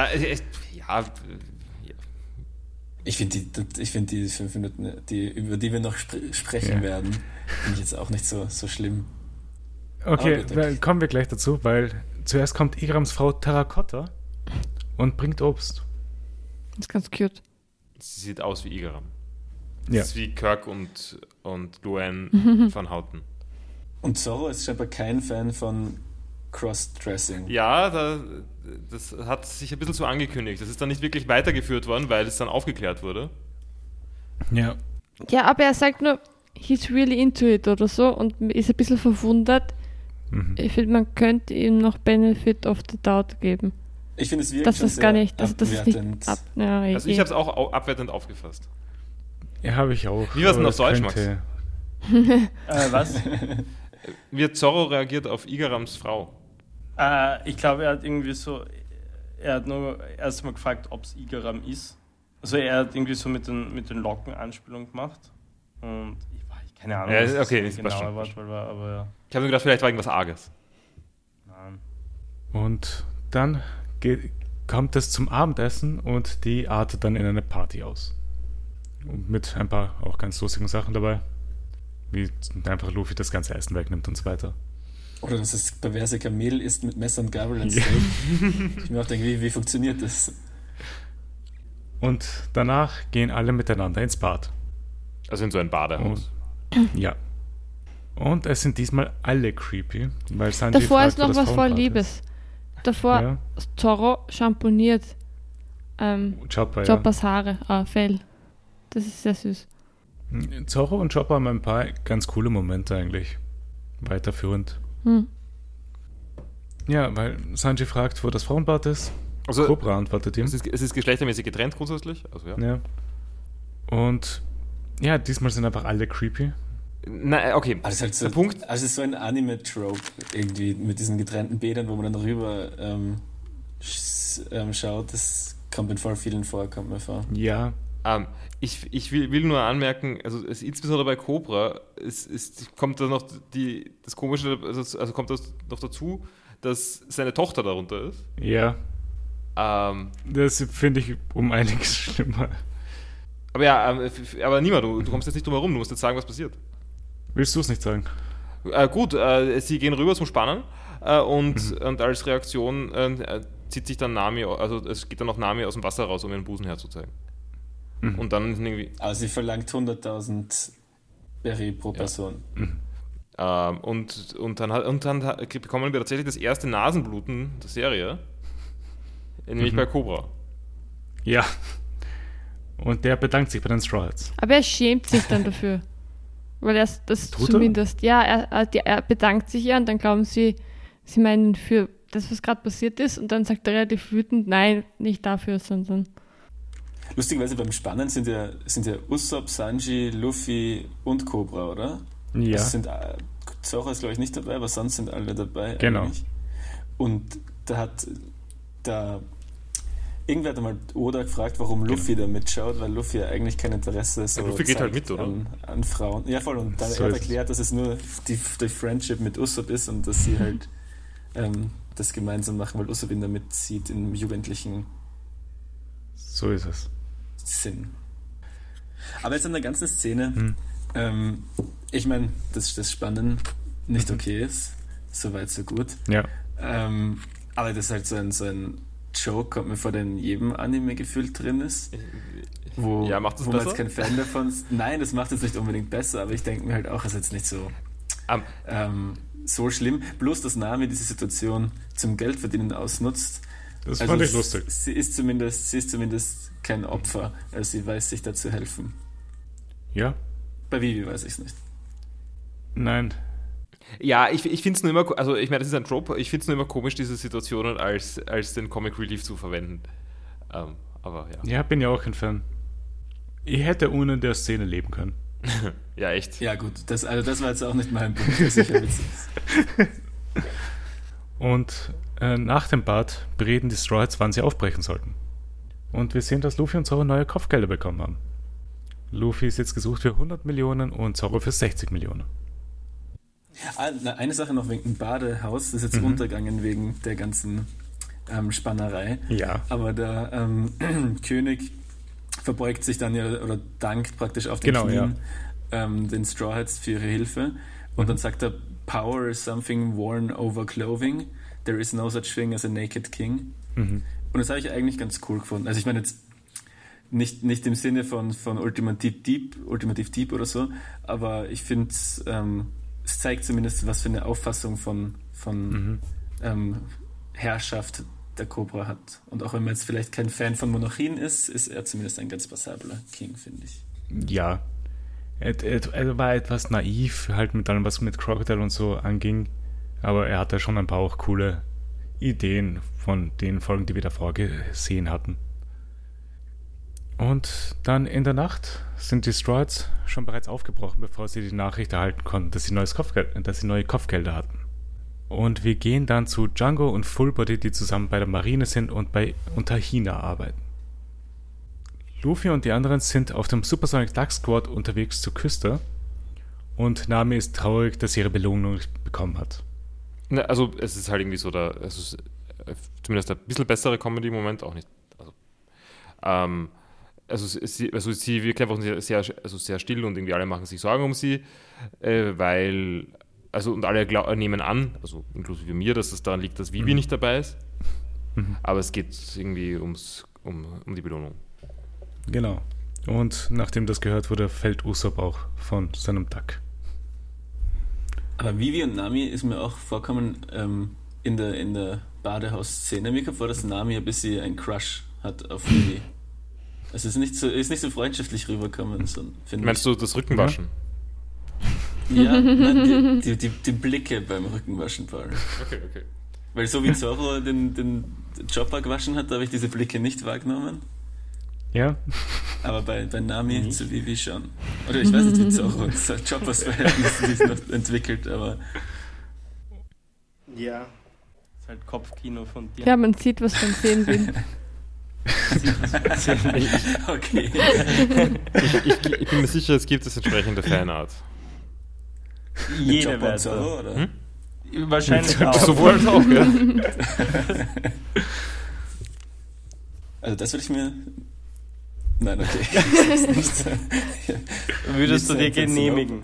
Ich finde die 5 Minuten, über die wir noch sprechen werden, finde ich jetzt auch nicht so schlimm.
Okay,
bitte.
kommen wir gleich dazu, weil zuerst kommt Igrams Frau Terrakotta und bringt Obst.
Das ist ganz cute.
Sie sieht aus wie Igaram. Das
Ja.
ist wie Kirk und Luan van Houten.
Und Zorro ist scheinbar kein Fan von Cross-Dressing.
Ja, das hat sich ein bisschen so angekündigt. Das ist dann nicht wirklich weitergeführt worden, weil es dann aufgeklärt wurde.
Ja.
Ja, aber er sagt nur, he's really into it oder so und ist ein bisschen verwundert. Ich finde, man könnte ihm noch Benefit of the Doubt geben.
Ich finde, es wirkt
Das
schon
ist
sehr
gar nicht, das ist nicht
abwertend.
Also ich habe es auch abwertend aufgefasst.
Ja, habe ich auch.
Wie war's denn
Aber
auf Deutsch, Max?
Was?
Wie hat Zorro reagiert auf Igarams Frau?
Ich glaube, er hat nur erstmal gefragt, ob es Igaram ist. Also er hat irgendwie so mit den Locken Anspielung gemacht. Und keine Ahnung,
Ja,
was
okay,
das
das passt
genaue
schon.
Wortwahl war, aber ja.
Ich habe mir gedacht, vielleicht war irgendwas Arges.
Nein.
Und dann kommt es zum Abendessen und die artet dann in eine Party aus. Und mit ein paar auch ganz lustigen Sachen dabei. Wie einfach Luffy das ganze Essen wegnimmt und so weiter.
Oder dass das perverse Kamel isst mit Messer und Gabel und
Ja.
Steak. Ich mir auch denke, wie funktioniert das?
Und danach gehen alle miteinander ins Bad.
Also in so ein Badehaus.
Ja. Und es sind diesmal alle creepy, weil Sanji
Davor
fragt,
ist
wo
noch
das
was voll
Frauenbad
Liebes. Davor,
Ja.
Zorro schamponiert
Chopper,
Choppers Haare, Fell. Das ist sehr süß.
ja. Zorro und Chopper haben ein paar ganz coole Momente eigentlich. Weiterführend. Ja, weil Sanji fragt, wo das Frauenbad ist.
Also
Cobra antwortet ihm.
es ist geschlechtermäßig getrennt grundsätzlich. Also ja.
Ja. Und ja, diesmal sind einfach alle creepy.
Nein, okay.
Also es ist halt so,
Der Punkt-
also es ist so ein Anime-Trope irgendwie mit diesen getrennten Bädern, wo man dann rüber schaut. Das kommt in voll vielen vor, kommt mir vor.
Ja.
Ich will nur anmerken, also insbesondere bei Cobra, kommt da noch das Komische, also kommt das noch dazu, dass seine Tochter darunter ist.
Ja. Das finde ich um einiges schlimmer.
Aber ja, aber niemand, du kommst jetzt nicht drum herum, du musst jetzt sagen, was passiert.
Willst du es nicht sagen?
Gut, sie gehen rüber zum Spannen und als Reaktion zieht sich dann Nami, also es geht dann noch Nami aus dem Wasser raus, um ihren Busen herzuzeigen. Mhm. Und dann irgendwie...
Aber sie verlangt 100.000 Berry pro Person.
Mhm. Und dann bekommen wir tatsächlich das erste Nasenbluten der Serie, nämlich bei Cobra.
Ja. Und der bedankt sich bei den Straw Hats.
Aber er schämt sich dann dafür. Weil er das
Tut
zumindest, er bedankt sich ja und dann glauben sie meinen für das, was gerade passiert ist, und dann sagt er relativ wütend, nein, nicht dafür, sondern...
Lustigerweise beim Spannen sind ja Usopp, Sanji, Luffy und Cobra, oder?
Ja.
Zoro ist, glaube ich, nicht dabei, aber sonst sind alle dabei.
Genau.
Eigentlich. Und irgendwer hat einmal Oda gefragt, warum Luffy da mitschaut, weil Luffy ja eigentlich kein Interesse so
Luffy geht halt mit, oder?
An Frauen. Ja, voll. Und dann
so
hat erklärt, dass es nur die Friendship mit Usopp ist und dass sie halt das gemeinsam machen, weil Usopp ihn da mitzieht im jugendlichen
So ist es.
Sinn. Aber jetzt an der ganzen Szene, ich meine, dass das Spannen nicht okay ist, so weit, so gut.
Ja.
Aber das ist halt so ein Joke, kommt mir vor, der in jedem Anime gefühlt drin ist.
Macht das
wo
besser?
man jetzt kein Fan davon ist. Nein, das macht es nicht unbedingt besser, aber ich denke mir halt auch, es ist jetzt nicht so so schlimm. Bloß, dass Nami diese Situation zum Geldverdienen ausnutzt.
Das fand ich lustig.
Sie ist zumindest kein Opfer, also sie weiß sich da zu helfen.
Ja?
Bei Vivi weiß ich es nicht.
Nein.
Ja, ich finde es nur immer, also ich meine, das ist ein Trope, ich finde es nur immer komisch, diese Situationen als den Comic Relief zu verwenden. Aber ja.
Ja, bin ja auch ein Fan. Ich hätte ohne der Szene leben können.
Ja, echt.
Ja gut, das war jetzt auch nicht mein Punkt, das sicher witzig ist.
Und nach dem Bad bereden die Straw Hats, wann sie aufbrechen sollten. Und wir sehen, dass Luffy und Zoro neue Kopfgelder bekommen haben. Luffy ist jetzt gesucht für 100 Millionen und Zoro für 60 Millionen.
Eine Sache noch wegen dem Badehaus, das ist jetzt untergegangen wegen der ganzen Spannerei.
Ja.
Aber der König verbeugt sich dann ja oder dankt praktisch auf den Knien den Straw Hats für ihre Hilfe. Und dann sagt er, Power is something worn over clothing. There is no such thing as a naked king. Und das habe ich eigentlich ganz cool gefunden. Also ich meine jetzt nicht im Sinne von Ultimativ Deep oder so, aber ich finde es zeigt zumindest, was für eine Auffassung von Herrschaft der Cobra hat. Und auch wenn man jetzt vielleicht kein Fan von Monarchien ist er zumindest ein ganz passabler King, finde ich.
Ja. Er war etwas naiv, halt mit allem, was mit Crocodile und so anging. Aber er hatte schon ein paar auch coole Ideen von den Folgen, die wir davor gesehen hatten. Und dann in der Nacht sind die Straw Hats schon bereits aufgebrochen, bevor sie die Nachricht erhalten konnten, dass sie neue Kopfgelder hatten. Und wir gehen dann zu Django und Fullbody, die zusammen bei der Marine sind und bei Unterhina arbeiten. Luffy und die anderen sind auf dem Supersonic Duck Squad unterwegs zur Küste und Nami ist traurig, dass sie ihre Belohnung nicht bekommen hat.
Na, also es ist halt irgendwie so, zumindest ein bisschen bessere Comedy im Moment auch nicht. Sie wirkt einfach sehr still und irgendwie alle machen sich Sorgen um sie, weil, und alle nehmen an, also inklusive mir, dass es daran liegt, dass Vivi nicht dabei ist. Aber es geht irgendwie um die Belohnung.
Genau. Und nachdem das gehört wurde, fällt Usopp auch von seinem Duck.
Aber Vivi und Nami ist mir auch vorkommen in der Badehausszene. Mir kommt vor, dass Nami ein bisschen einen Crush hat auf Vivi. Es ist nicht so freundschaftlich rübergekommen.
Meinst du das Rückenwaschen?
Ja, nein, die Blicke beim Rückenwaschen, Paul.
Okay.
Weil so wie Zorro den Chopper gewaschen hat, habe ich diese Blicke nicht wahrgenommen.
Ja.
Aber bei Nami zu Vivi schon. Oder ich weiß nicht, wie Zorro und Choppers Verhältnis sich noch entwickelt, aber...
Ja, ist halt Kopfkino von dir.
Ja, man sieht, was man sehen will.
Okay.
Ich bin mir sicher, es gibt das entsprechende Fanart.
Jede
Chopper und so,
Wette.
oder?
Wahrscheinlich auch.
Sowohl als auch, ja.
Also das würde ich mir... Nein, okay.
Würdest du dir
Nicht so
genehmigen?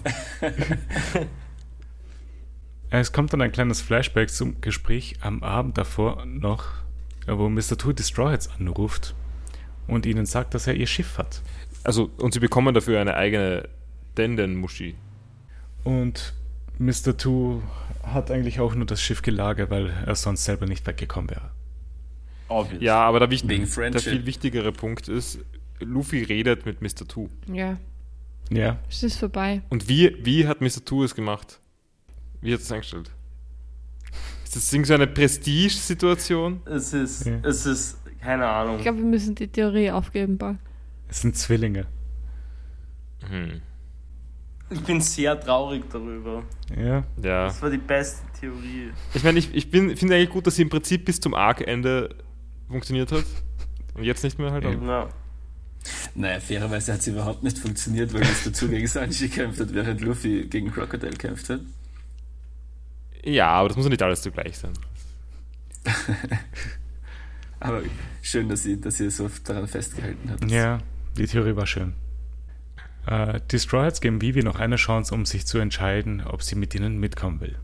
Es kommt dann ein kleines Flashback zum Gespräch am Abend davor noch, wo Mr. Two die Straw Hats anruft und ihnen sagt, dass er ihr Schiff hat.
Also, und sie bekommen dafür eine eigene Denden-Muschi.
Und Mr. Two hat eigentlich auch nur das Schiff gelagert, weil er sonst selber nicht weggekommen wäre.
Obvious.
Ja, aber der
Wegen Friendship.
viel wichtigere Punkt ist, Luffy redet mit Mr. Two.
Ja,
Ja,
es ist vorbei.
Und wie hat Mr. Two es gemacht? Wie hat es angestellt? Ist das irgendwie so eine Prestige-Situation?
Es ist,
Ja.
keine Ahnung.
Ich glaube, wir müssen die Theorie aufgeben, Paul.
es sind Zwillinge.
Ich bin sehr traurig darüber.
Ja,
Ja.
Das war die beste Theorie.
Ich meine, ich finde eigentlich gut, dass sie im Prinzip bis zum Arc-Ende funktioniert hat. Und jetzt nicht mehr halt.
Ja.
Aber
Ja.
Naja, fairerweise hat es überhaupt nicht funktioniert, weil Mr. Two gegen Sanji gekämpft hat, während Luffy gegen Crocodile kämpft hat.
ja, aber das muss ja nicht alles zugleich sein.
Aber schön, dass ihr so daran festgehalten habt.
ja, die Theorie war schön. Die Straw Hats geben Vivi noch eine Chance, um sich zu entscheiden, ob sie mit ihnen mitkommen will.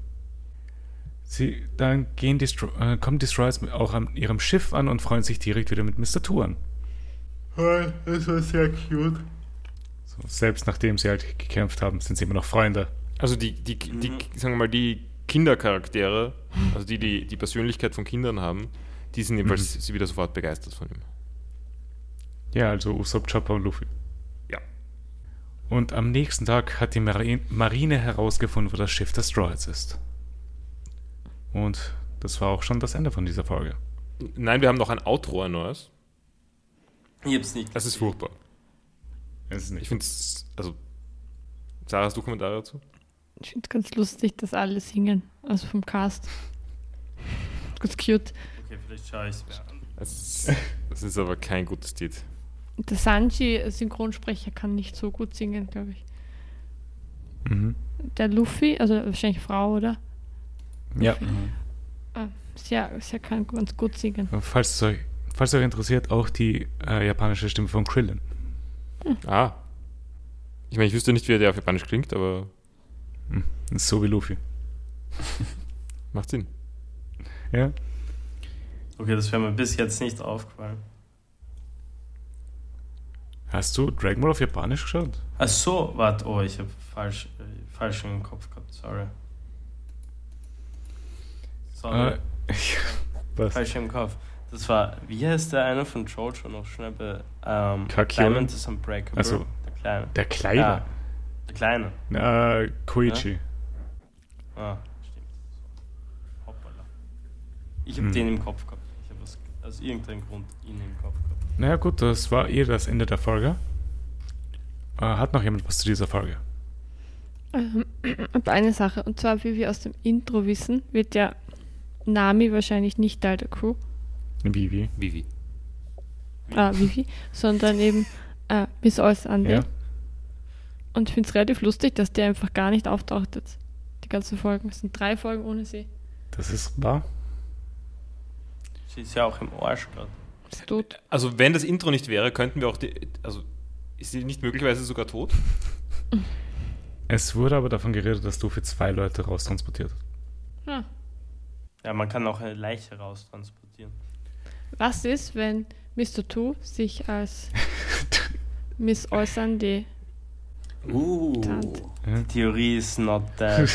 Dann kommen die Straw Hats auch an ihrem Schiff an und freuen sich direkt wieder mit Mr. Two an.
Das war sehr cute.
So, selbst nachdem sie halt gekämpft haben, sind sie immer noch Freunde.
Also die sagen wir mal, die Kindercharaktere, also die Persönlichkeit von Kindern haben, die sind jedenfalls sie wieder sofort begeistert von ihm.
Ja, also Usopp, Chopper und Luffy.
Ja.
Und am nächsten Tag hat die Marine herausgefunden, wo das Schiff der Straw Hats ist. Und das war auch schon das Ende von dieser Folge.
Nein, wir haben noch ein Outro, ein neues.
Ich hab's nicht.
Das ist furchtbar.
Es ist
Ich
nicht.
finde es, also, Sarah, hast du Kommentare dazu?
Ich finde es ganz lustig, dass alle singen. Also vom Cast. Ganz cute.
Okay, vielleicht schaue ich es mir an.
Das ist aber kein gutes Lied.
Der Sanji-Synchronsprecher kann nicht so gut singen, glaube ich.
Mhm.
Der Luffy, also wahrscheinlich Frau, oder?
Ja,
Sie kann ganz gut singen.
falls euch interessiert, auch die japanische Stimme von Krillin.
Ah. Ich meine, ich wüsste nicht, wie der auf Japanisch klingt, aber
Ist so wie Luffy.
macht Sinn.
Ja.
Okay, das wäre mir bis jetzt nicht aufgefallen.
Hast du Dragon Ball auf Japanisch geschaut?
Ach so, warte, ich habe falsch im Kopf gehabt, sorry. Sorry,
Was?
falsch im Kopf. Das war, wie heißt der eine von Jojo noch schnell bei
Kakyoin?
Diamond is Unbreakable?
Ach so.
Der Kleine.
Der Kleine?
Ja, der Kleine.
Koichi.
Ah, stimmt. Hoppala. Ich habe den im Kopf gehabt. Ich habe aus irgendeinem Grund ihn im Kopf gehabt.
Naja gut, das war das Ende der Folge. Hat noch jemand was zu dieser Folge?
Und eine Sache, und zwar, wie wir aus dem Intro wissen, wird ja Nami wahrscheinlich nicht Teil der Crew,
Vivi.
Vivi.
Vivi, sondern eben Miss All-Sunday.
Ja.
Und ich finde es relativ lustig, dass der einfach gar nicht auftaucht jetzt. Die ganzen Folgen. Es sind 3 Folgen ohne sie.
Das ist wahr.
Sie ist ja auch im Arsch gerade.
Ist tot.
Also, wenn das Intro nicht wäre, könnten wir auch ist sie nicht möglicherweise sogar tot?
Es wurde aber davon geredet, dass du für 2 Leute raustransportiert hast.
Ja.
Ja, man kann auch eine Leiche raustransportieren.
Was ist, wenn Mr. Two sich als Miss All-Sunday Tant.
Die Theorie ist not that.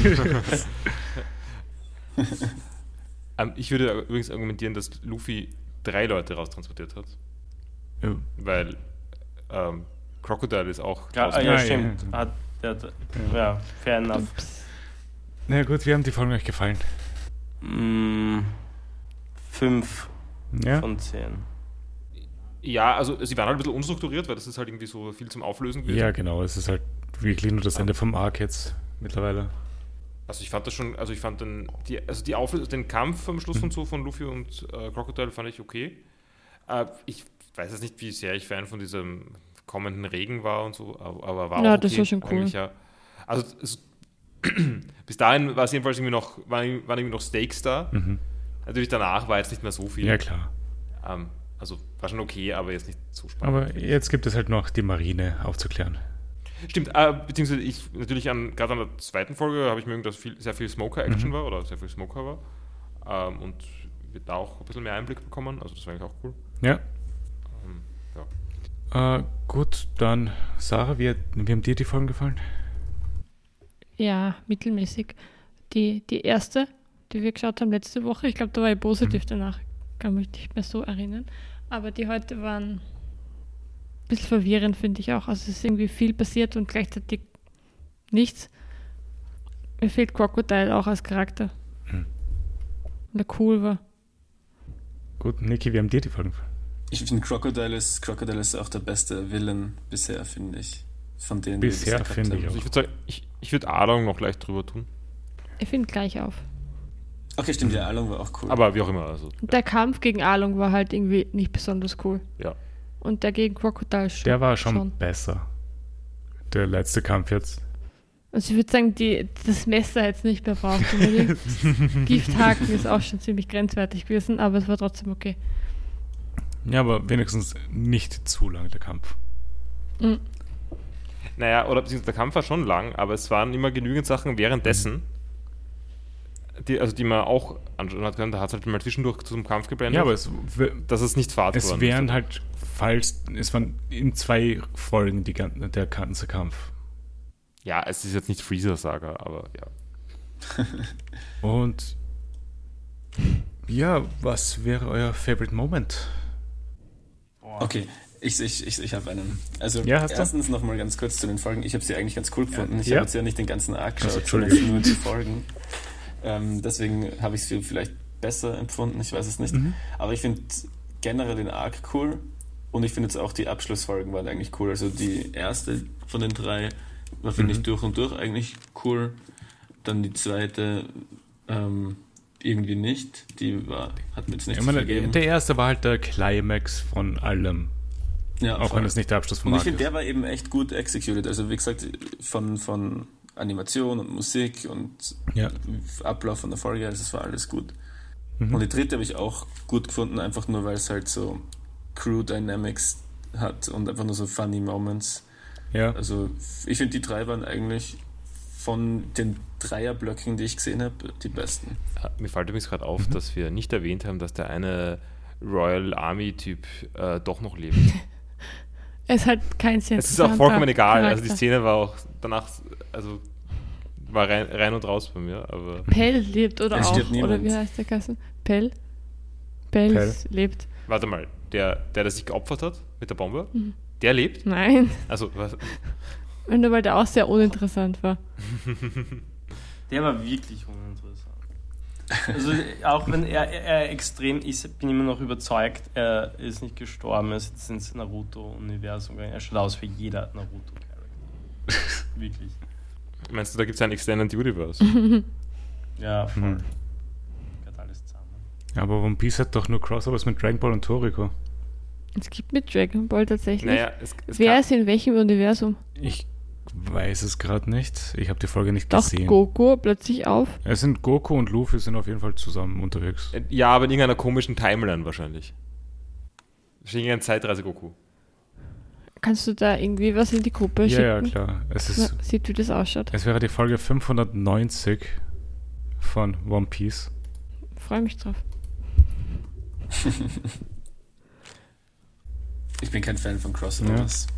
Ich würde übrigens argumentieren, dass Luffy 3 Leute raustransportiert hat.
Oh.
Weil Crocodile ist auch
Ja,
draußen.
Ja,
stimmt.
ja.
Ja, fair enough.
Ups.
Na gut, wie haben die Folgen euch gefallen?
5
Ja?
von 10.
Ja, also sie waren halt ein bisschen unstrukturiert, weil das ist halt irgendwie so viel zum Auflösen gewesen.
Ja, genau. Es ist halt wirklich nur das Ende vom Arc jetzt mittlerweile.
Also ich fand das schon, also ich fand den Kampf am Schluss und so von Luffy und Crocodile fand ich okay. Ich weiß jetzt nicht, wie sehr ich Fan von diesem kommenden Regen war und so, aber war
Ja,
auch okay,
das war schon cool.
ja. Also bis dahin war es jedenfalls waren irgendwie noch Stakes da.
Mhm.
Natürlich danach war jetzt nicht mehr so viel.
Ja, klar.
Also war schon okay, aber jetzt nicht so spannend.
Aber jetzt gibt es halt noch die Marine aufzuklären.
Stimmt, beziehungsweise gerade an der zweiten Folge habe ich mögen, dass sehr viel Smoker-Action war oder sehr viel Smoker war. Und wir da auch ein bisschen mehr Einblick bekommen. Also das war eigentlich auch cool.
Ja.
Ja.
Gut, dann Sarah, wie haben dir die Folgen gefallen?
Ja, mittelmäßig. Die erste, die wir geschaut haben letzte Woche, ich glaube, da war ich positiv danach. Kann mich nicht mehr so erinnern. Aber die heute waren ein bisschen verwirrend, finde ich auch. Also es ist irgendwie viel passiert und gleichzeitig nichts. Mir fehlt Crocodile auch als Charakter. Und der cool war.
Gut, Niki, wie haben dir die Folgen gefallen?
Ich finde Crocodile ist auch der beste Villain bisher, finde ich. Von denen wir
Bisher
gehabt
finde
haben.
ich auch.
Also ich würde sagen, ich würde Adong noch gleich drüber tun.
Ich finde gleich auf.
Okay, stimmt, ja, Along war auch cool.
Aber wie auch immer. Also,
Und der Kampf gegen Arlong war halt irgendwie nicht besonders cool.
ja.
Und der gegen Crocodile schon.
Der war schon besser. Der letzte Kampf jetzt.
Also ich würde sagen, das Messer hätte es nicht mehr braucht. Gifthaken ist auch schon ziemlich grenzwertig gewesen, aber es war trotzdem okay.
Ja, aber wenigstens nicht zu lang der Kampf.
Mhm.
Naja, oder beziehungsweise der Kampf war schon lang, aber es waren immer genügend Sachen währenddessen, die man auch anschauen hat können. Da hat es halt mal zwischendurch zum Kampf geblendet.
Ja, aber
dass es nicht Fahrt
es wären halt es waren in 2 Folgen der ganze Kampf.
Ja, es ist jetzt nicht Freezer-Saga, aber ja.
Und ja, was wäre euer Favorite Moment?
Okay, ich habe einen. Also
Ja, hast du?
erstens nochmal ganz kurz zu den Folgen. Ich habe sie eigentlich ganz cool gefunden. Ich
Ja.
habe jetzt ja nicht den ganzen Arc
Also,
geschaut, sondern
Entschuldigung.
nur die Folgen. Deswegen habe ich es vielleicht besser empfunden, ich weiß es nicht. Aber ich finde generell den Arc cool und ich finde jetzt auch die Abschlussfolgen waren eigentlich cool. Also die erste von den 3 war, finde ich, durch und durch eigentlich cool. Dann die zweite irgendwie nicht. Hat mir jetzt nichts gegeben.
Der erste war halt der Climax von allem.
Ja,
Auch
voll.
wenn es nicht der Abschluss vom
Und ich
Arc
finde,
ist.
der war eben echt gut executed. Also wie gesagt, von Animation und Musik und
Ja.
Ablauf von der Folge, also es war alles gut.
Mhm.
Und die dritte habe ich auch gut gefunden, einfach nur, weil es halt so Crew Dynamics hat und einfach nur so funny Moments.
Ja.
Also ich finde, die 3 waren eigentlich von den Dreierblöcken, die ich gesehen habe, die besten.
Mir fällt übrigens gerade auf, dass wir nicht erwähnt haben, dass der eine Royal Army-Typ doch noch lebt.
Es ist halt kein sehr
Es ist auch vollkommen egal. Also die
Charakter.
Szene war auch danach, also war rein und raus bei mir, aber
Pell lebt oder
Es
auch.
stirbt niemand.
Oder wie heißt der Kassen? Pell lebt.
warte mal, der sich geopfert hat mit der Bombe, der lebt?
Nein.
Also, was?
Nur weil der auch sehr uninteressant war.
Der war wirklich uninteressant. Also auch wenn er extrem ist, bin ich immer noch überzeugt, er ist nicht gestorben, er ist jetzt ins Naruto-Universum gegangen. Er schaut aus wie jeder Naruto-Charakter. Wirklich.
Meinst du, da gibt es ein Extended Universe?
Ja, voll.
Mhm.
Gehört alles zusammen.
Aber One Piece hat doch nur Crossovers mit Dragon Ball und Toriko.
Es gibt mit Dragon Ball tatsächlich.
Naja,
Wer
kann,
ist in welchem Universum?
Ich weiß es gerade nicht. Ich habe die Folge nicht
Taucht
gesehen.
Goku plötzlich auf?
Es sind Goku und Luffy sind auf jeden Fall zusammen unterwegs.
ja, aber in irgendeiner komischen Timeline wahrscheinlich. Wahrscheinlich ein Zeitreise-Goku.
Kannst du da irgendwie was in die Gruppe
Ja, ja,
schicken?
klar.
Sieht, wie das ausschaut.
Es wäre die Folge 590 von One Piece.
Freue mich drauf.
Ich bin kein Fan von Crossovers.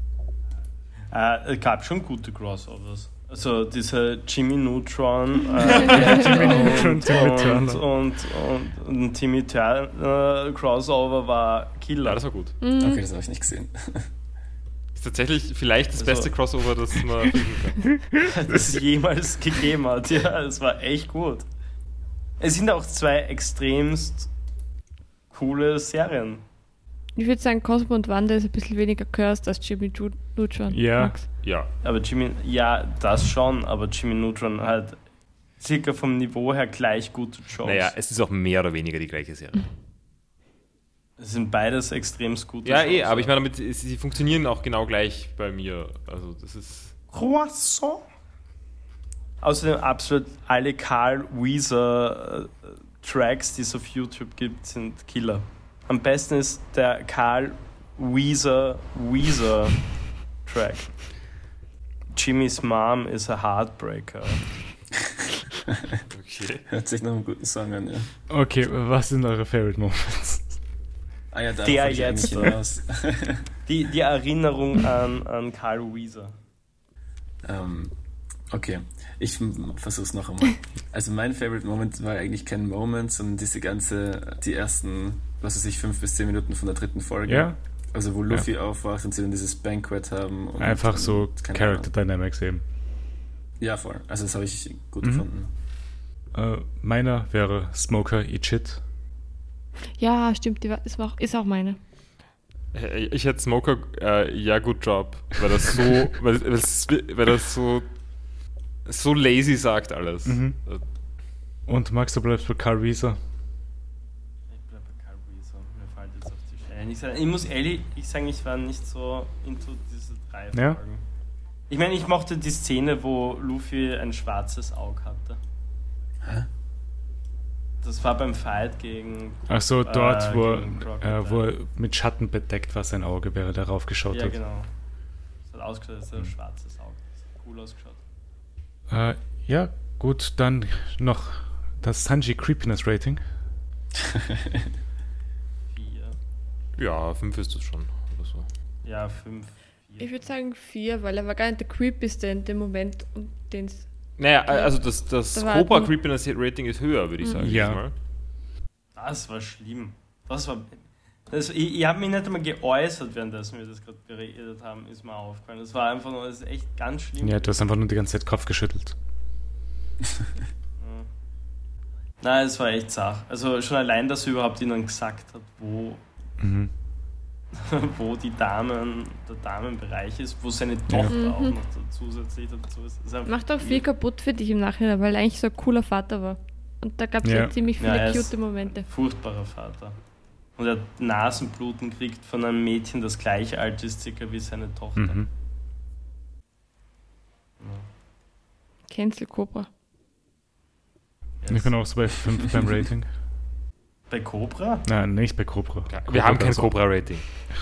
Es gab schon gute Crossovers. Also dieser Jimmy Neutron
Jimmy Neutron, Timmy Turner.
und Timmy Turner Crossover war
Ja,
Killer.
das war gut.
Okay, das habe ich nicht gesehen.
Ist tatsächlich vielleicht das
Also-
beste Crossover, das man finden kann.
Das es jemals gegeben hat. Ja, es war echt gut. Es sind auch 2 extremst coole Serien.
Ich würde sagen, Cosmo und Wanda ist ein bisschen weniger cursed als Jimmy Neutron.
Ja.
Max.
Ja.
Aber das schon, aber Jimmy Neutron hat circa vom Niveau her gleich gute Jokes.
Naja, es ist auch mehr oder weniger die gleiche Serie.
Es sind beides extrem gute
Ja,
Shows,
aber ich meine, sie funktionieren auch genau gleich bei mir. Also das ist...
Croissant. Außerdem absolut alle Carl Weezer Tracks, die es auf YouTube gibt, sind Killer. Am besten ist der Carl Weezer Track. Jimmy's Mom is a Heartbreaker.
Okay.
Hört sich nach einem guten Song an, ja.
Okay, was sind eure Favorite Moments?
Ah ja, da
Der jetzt.
hinaus.
Die Erinnerung an Carl Weezer.
Okay, ich versuch's noch einmal. Also mein Favorite Moment war eigentlich kein Moment, sondern die ersten, 5 bis 10 Minuten von der 3. Folge.
Ja.
Also wo Luffy aufwacht und sie dann dieses Banquet haben. Und
Einfach so
keine
Character
Ahnung.
Dynamics eben.
Ja, voll. Also das habe ich gut gefunden.
Meiner wäre Smoker Eat Shit.
Ja, stimmt, ist auch meine.
Ich hätte Smoker, ja, good job. Weil das so lazy sagt alles.
Mhm. Und Max, du bleibst bei Carl Weezer.
Ich bleibe bei Carl Weezer. Mir fällt jetzt auf die Stelle. Ich muss ehrlich sagen, ich war nicht so into diese 3
Ja?
Folgen. Ich meine, ich mochte die Szene, wo Luffy ein schwarzes Auge hatte.
Hä?
Das war beim Fight gegen...
Ach so, dort,
gegen Crocodile.
wo er mit Schatten bedeckt war, sein Auge, während er darauf geschaut
Ja,
hat.
genau. Es hat ausgeschaut, als ein schwarzes Auge. Das hat cool ausgeschaut.
Ja, gut, dann noch das Sanji Creepiness Rating.
4.
Ja, 5 ist das schon. Oder so.
Ja, 5.
Ich würde sagen 4, weil er war gar nicht der creepyste in dem Moment, um den es...
Naja, also das
Da war
Cobra
nur-
Creepiness Rating ist höher, würde ich sagen.
Ja.
diesmal.
Das war schlimm. Ich habe mich nicht einmal geäußert, währenddessen wir das gerade geredet haben, ist mir aufgefallen. Das war einfach nur, das ist echt ganz schlimm.
Ja, du hast einfach nur die ganze Zeit Kopf geschüttelt.
Nein, es war echt Sach. Also schon allein, dass er überhaupt ihnen gesagt hat, wo der Damenbereich ist, wo seine Tochter auch noch zusätzlich dazu ist. Das ist einfach
Macht auch viel kaputt für dich im Nachhinein, weil er eigentlich so ein cooler Vater war. Und da gab es ja ziemlich viele
er ist
cute Momente.
ein furchtbarer Vater. Und er hat Nasenbluten kriegt von einem Mädchen, das gleich alt ist circa wie seine Tochter.
Mhm.
Cancel Cobra.
Ich bin auch so bei 5 beim Rating.
Bei Cobra?
Nein, nicht bei Cobra.
Wir haben kein
also-
Cobra Rating.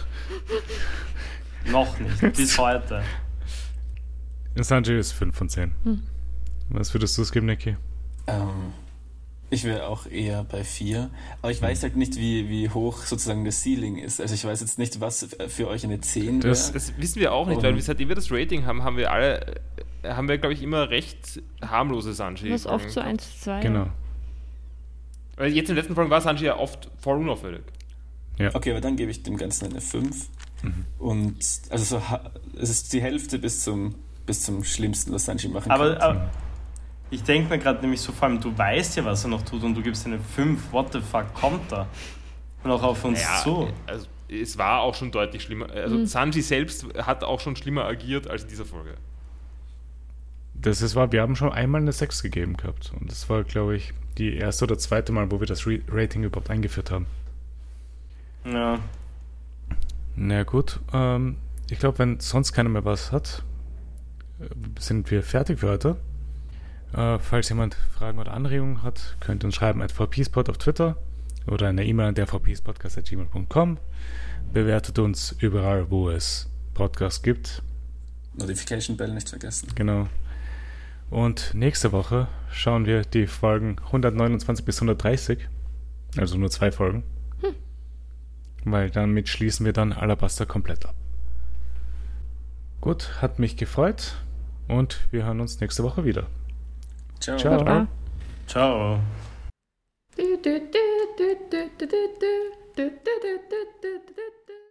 Noch nicht, bis heute.
Sanji ist 5 von 10. Was würdest du es geben, Niki?
Ich wäre auch eher bei 4. Aber ich weiß halt nicht, wie hoch sozusagen das Ceiling ist. Also ich weiß jetzt nicht, was für euch eine 10 wäre.
Das wissen wir auch nicht, weil seitdem wir das Rating haben, haben wir, glaube ich, immer recht harmlose Sanji.
Was oft so 1-2.
Genau.
Weil jetzt in den letzten Folgen war Sanji ja oft voll unauffällig.
Okay, aber dann gebe ich dem Ganzen eine 5. Und also es ist die Hälfte bis zum Schlimmsten, was Sanji machen kann.
Aber ich denke mir gerade nämlich so, vor allem, du weißt ja, was er noch tut und du gibst eine 5. What the fuck kommt da? Und auch auf uns zu.
Also, es war auch schon deutlich schlimmer. Also Sanji selbst hat auch schon schlimmer agiert als in dieser Folge.
Wir haben schon einmal eine 6 gegeben gehabt. Und das war, glaube ich, die erste oder zweite Mal, wo wir das Rating überhaupt eingeführt haben.
Ja.
Na gut, ich glaube, wenn sonst keiner mehr was hat, sind wir fertig für heute. Falls jemand Fragen oder Anregungen hat, könnt ihr uns schreiben at vpspot auf Twitter oder eine E-Mail an der vpspodcast@gmail.com. Bewertet uns überall, wo es Podcasts gibt.
Notification Bell nicht vergessen.
Genau. Und nächste Woche schauen wir die Folgen 129 bis 130, also nur 2 Folgen. Weil damit schließen wir dann Alabasta komplett ab. Gut, hat mich gefreut und wir hören uns nächste Woche wieder.
Ciao.
Ciao.
Baba.
Ciao.
Du, du, du, du, du, du, du, du, du, du, du, du, du, du.